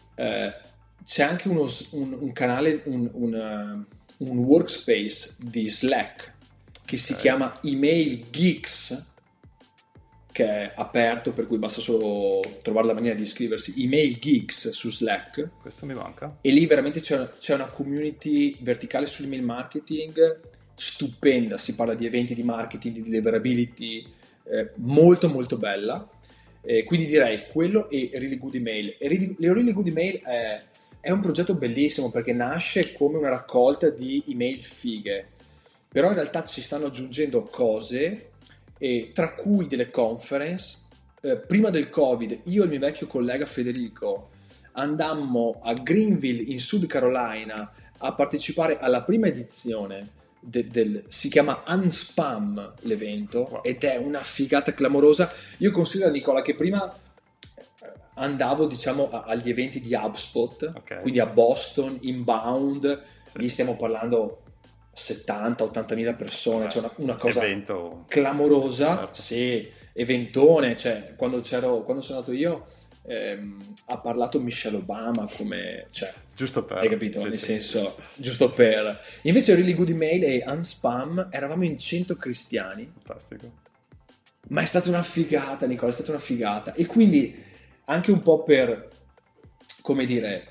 S2: c'è anche un canale, un workspace di Slack che si chiama Email Geeks, che è aperto, per cui basta solo trovare la maniera di iscriversi. Email Geeks su Slack.
S1: Questo mi manca.
S2: E lì veramente c'è una community verticale sull'email marketing stupenda. Si parla di eventi di marketing, di deliverability, molto molto bella, quindi direi quello e Really Good Email. E Really Good Email è un progetto bellissimo perché nasce come una raccolta di email fighe, però in realtà ci stanno aggiungendo cose, tra cui delle conference. Prima del Covid io e il mio vecchio collega Federico andammo a Greenville in Sud Carolina a partecipare alla prima edizione si chiama Unspam l'evento, wow. Ed è una figata clamorosa. Io considero, Nicola, che prima andavo diciamo agli eventi di HubSpot, okay. Quindi a Boston, inbound, sì. Lì stiamo parlando 70-80 mila persone, cioè una cosa
S1: evento
S2: clamorosa,
S1: certo.
S2: Sì, eventone, cioè quando sono andato io ha parlato Michelle Obama come, cioè,
S1: giusto per,
S2: hai capito?
S1: Sì,
S2: Nel
S1: sì.
S2: senso, giusto per. Invece Really Good Email e Unspam eravamo in 100 cristiani.
S1: Fantastico.
S2: Ma è stata una figata, Nicola, è stata una figata. E quindi anche un po' per, come dire,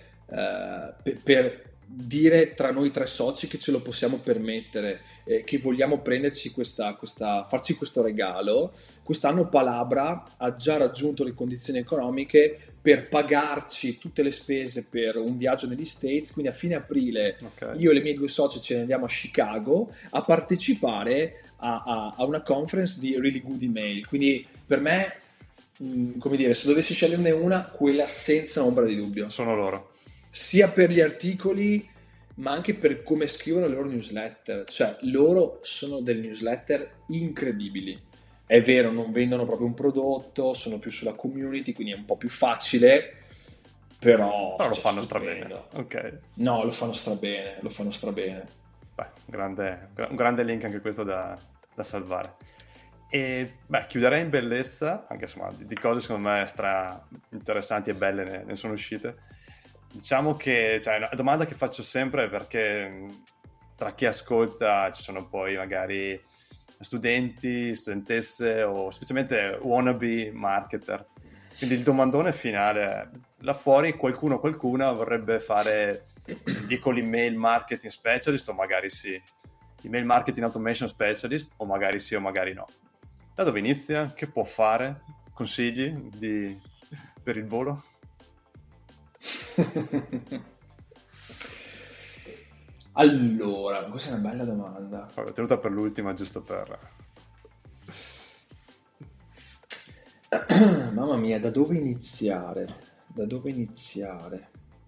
S2: per dire tra noi tre soci che ce lo possiamo permettere, che vogliamo prenderci farci questo regalo. Quest'anno Palabra ha già raggiunto le condizioni economiche per pagarci tutte le spese per un viaggio negli States, quindi a fine aprile io e le mie due socie ce ne andiamo a Chicago a partecipare a una conference di Really Good Email. Quindi per me, come dire, se dovessi sceglierne una, quella senza ombra di dubbio.
S1: Sono loro.
S2: Sia per gli articoli, ma anche per come scrivono le loro newsletter. Cioè, loro sono delle newsletter incredibili. È vero, non vendono proprio un prodotto, sono più sulla community, quindi è un po' più facile, però
S1: lo fanno strabene. Ok.
S2: No, lo fanno strabene.
S1: Beh, un grande link anche questo da salvare. E chiuderei in bellezza, anche insomma di cose secondo me stra interessanti e belle ne sono uscite. Diciamo che è una domanda che faccio sempre, perché tra chi ascolta ci sono poi magari studenti, studentesse o specialmente wannabe marketer. Quindi il domandone finale è: là fuori qualcuna vorrebbe fare, dico, l'email marketing specialist, o magari sì, email marketing automation specialist, o magari sì o magari no. Da dove inizia? Che può fare? Consigli per il volo?
S2: Allora, questa è una bella domanda.
S1: Vabbè, ho tenuta per l'ultima, giusto per...
S2: Mamma mia, da dove iniziare? Da dove iniziare?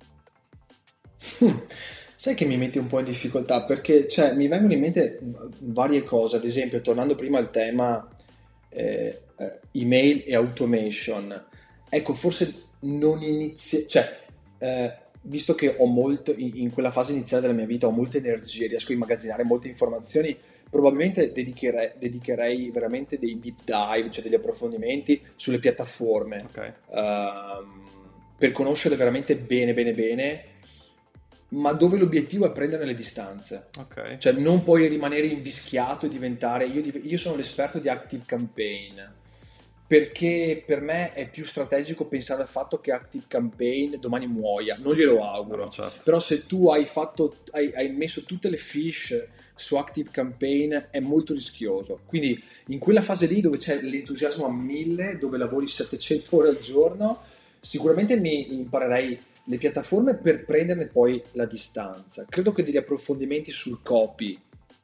S2: Sai che mi mette un po' in difficoltà perché cioè, mi vengono in mente varie cose, ad esempio, tornando prima al tema email e automation. Ecco, forse non inizia, cioè, visto che ho molto, in quella fase iniziale della mia vita ho molte energie, riesco a immagazzinare molte informazioni, probabilmente dedicherei veramente dei deep dive, cioè degli approfondimenti sulle piattaforme,
S1: Ok,
S2: per conoscerle veramente bene, bene, bene, ma dove l'obiettivo è prendere le distanze.
S1: ok,
S2: Cioè non puoi rimanere invischiato e diventare... Io sono l'esperto di Active Campaign, perché per me è più strategico pensare al fatto che Active Campaign domani muoia, non glielo
S1: no, no,
S2: auguro.
S1: certo.
S2: Però se tu hai messo tutte le fish su Active Campaign è molto rischioso. Quindi in quella fase lì dove c'è l'entusiasmo a 1000, dove lavori 700 ore al giorno, sicuramente mi imparerei le piattaforme per prenderne poi la distanza. Credo che degli approfondimenti sul copy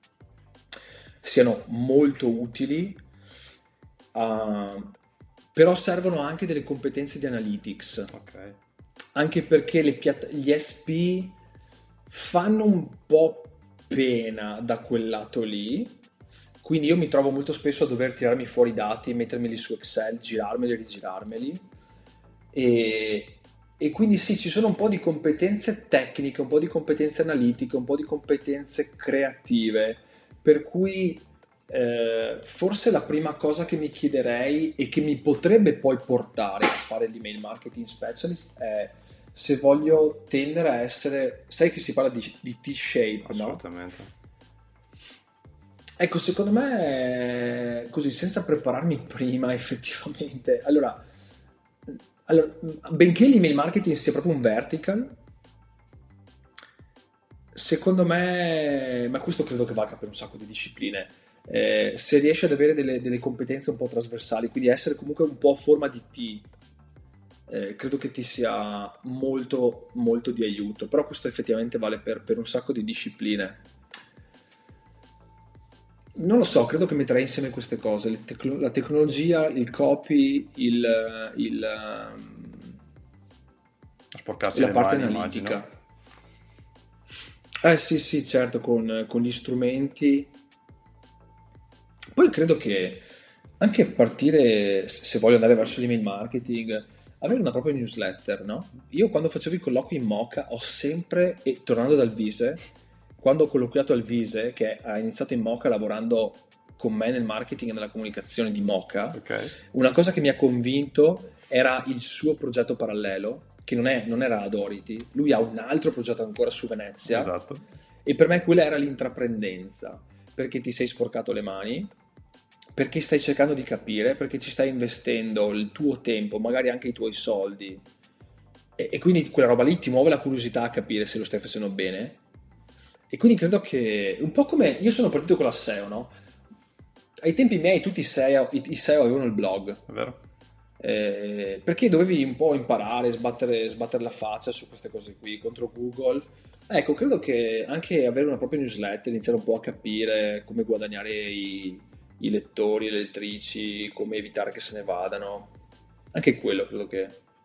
S2: siano molto utili, uh, però servono anche delle competenze di analytics,
S1: Ok,
S2: anche perché gli SP fanno un po' pena da quel lato lì, quindi io mi trovo molto spesso a dover tirarmi fuori i dati, mettermeli su Excel, girarmeli e rigirarmeli. E, e quindi sì, ci sono un po' di competenze tecniche, un po' di competenze analitiche, un po' di competenze creative, per cui forse la prima cosa che mi chiederei e che mi potrebbe poi portare a fare l'email marketing specialist è se voglio tendere a essere, sai che si parla di T-shape, no?
S1: assolutamente.
S2: Ecco, secondo me, così, senza prepararmi prima, effettivamente, allora, benché l'email marketing sia proprio un vertical, secondo me, ma questo credo che valga per un sacco di discipline, se riesci ad avere delle competenze un po' trasversali, quindi essere comunque un po' a forma di T, credo che ti sia molto, molto di aiuto, però questo effettivamente vale per un sacco di discipline. Non lo so, credo che metterei insieme queste cose, la tecnologia, il copy, e
S1: Sporcarsi
S2: la
S1: le
S2: parte
S1: mani, immagino.
S2: analitica. Eh sì, sì, certo, con gli strumenti. Poi credo che anche partire, se voglio andare verso l'email marketing, avere una propria newsletter, no? Io quando facevo i colloqui in Mocha ho sempre, e tornando dal Vise, quando ho colloquiato al Vise, che ha iniziato in Mocha lavorando con me nel marketing e nella comunicazione di Mocha,
S1: Ok,
S2: una cosa che mi ha convinto era il suo progetto parallelo, che non era Adority, lui ha un altro progetto ancora su Venezia,
S1: esatto.
S2: e per me quella era l'intraprendenza, perché ti sei sporcato le mani, perché stai cercando di capire, perché ci stai investendo il tuo tempo, magari anche i tuoi soldi, e quindi quella roba lì ti muove la curiosità a capire se lo stai facendo bene. E quindi credo che, un po' come io sono partito con la SEO, no? Ai tempi miei tutti i SEO avevano il blog,
S1: È vero?
S2: perché dovevi un po' imparare, sbattere la faccia su queste cose qui contro Google. Ecco, credo che anche avere una propria newsletter, iniziare un po' a capire come guadagnare i lettori, le lettrici, come evitare che se ne vadano, anche quello credo che...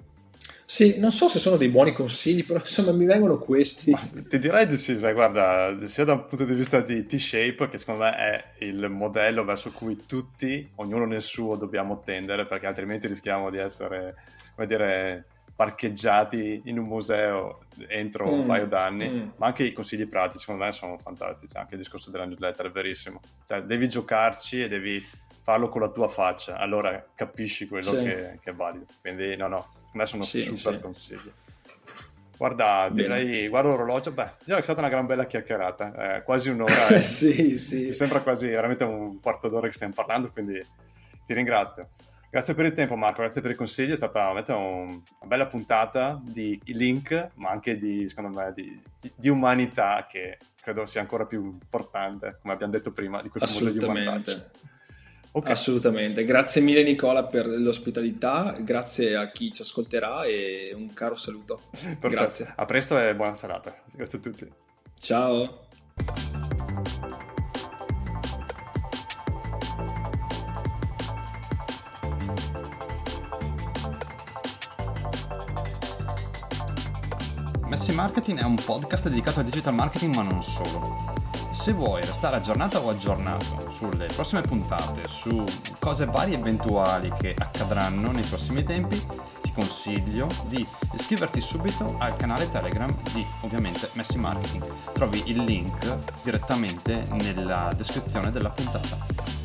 S2: Sì, non so se sono dei buoni consigli, però insomma mi vengono
S1: Ma
S2: questi.
S1: ti direi di sì, sai, guarda, sia da un punto di vista di T-shape, che secondo me è il modello verso cui tutti, ognuno nel suo, dobbiamo tendere, perché altrimenti rischiamo di essere, come dire, parcheggiati in un museo entro un paio
S2: Mm,
S1: d'anni,
S2: mm.
S1: ma anche i consigli pratici, secondo me, sono fantastici, anche il discorso della newsletter è verissimo. Cioè, devi giocarci e devi farlo con la tua faccia, allora capisci quello
S2: Sì,
S1: che è valido. Quindi, no, secondo me sono
S2: sì,
S1: super
S2: sì.
S1: consigli. Guarda,
S2: Bene.
S1: direi, guardo l'orologio, beh, diciamo che è stata una gran bella chiacchierata, quasi un'ora e
S2: Sì,
S1: mi
S2: sì.
S1: sembra quasi veramente un quarto d'ora che stiamo parlando, quindi ti ringrazio. Grazie per il tempo Marco, grazie per i consigli, è stata veramente una bella puntata di link, ma anche di, secondo me, di umanità che credo sia ancora più importante, come abbiamo detto prima, di questo mondo di
S2: Assolutamente.
S1: vantaggio. Ok,
S2: Assolutamente. Grazie mille Nicola per l'ospitalità, grazie a chi ci ascolterà e un caro saluto.
S1: perfetto.
S2: Grazie.
S1: A presto e buona serata. Grazie a tutti.
S2: Ciao.
S3: Messi Marketing è un podcast dedicato al digital marketing, ma non solo. Se vuoi restare aggiornato o aggiornato sulle prossime puntate, su cose varie e eventuali che accadranno nei prossimi tempi, ti consiglio di iscriverti subito al canale Telegram di, ovviamente, Messi Marketing. Trovi il link direttamente nella descrizione della puntata.